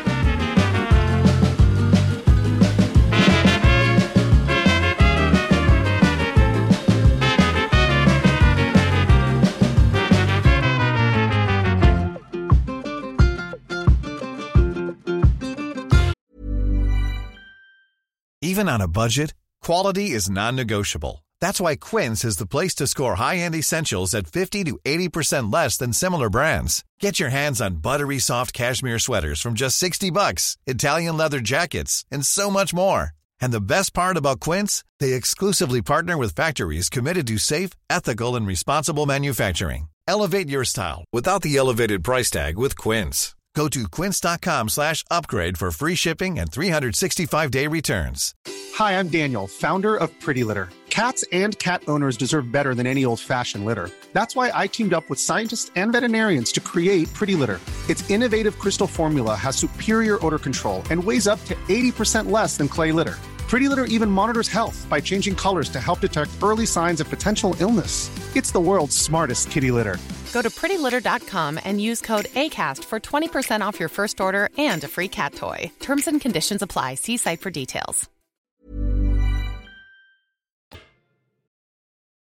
Even on a budget, quality is non-negotiable. That's why Quince is the place to score high-end essentials at fifty to eighty percent less than similar brands. Get your hands on buttery soft cashmere sweaters from just sixty bucks, Italian leather jackets, and so much more. And the best part about Quince, they exclusively partner with factories committed to safe, ethical, and responsible manufacturing. Elevate your style without the elevated price tag with Quince. Go to quince.com slash upgrade for free shipping and three sixty-five day returns. Hi, I'm Daniel, founder of Pretty Litter. Cats and cat owners deserve better than any old-fashioned litter. That's why I teamed up with scientists and veterinarians to create Pretty Litter. Its innovative crystal formula has superior odor control and weighs up to eighty percent less than clay litter. Pretty Litter even monitors health by changing colors to help detect early signs of potential illness. It's the world's smartest kitty litter. Go to pretty litter dot com and use code ACAST for twenty percent off your first order and a free cat toy. Terms and conditions apply. See site for details.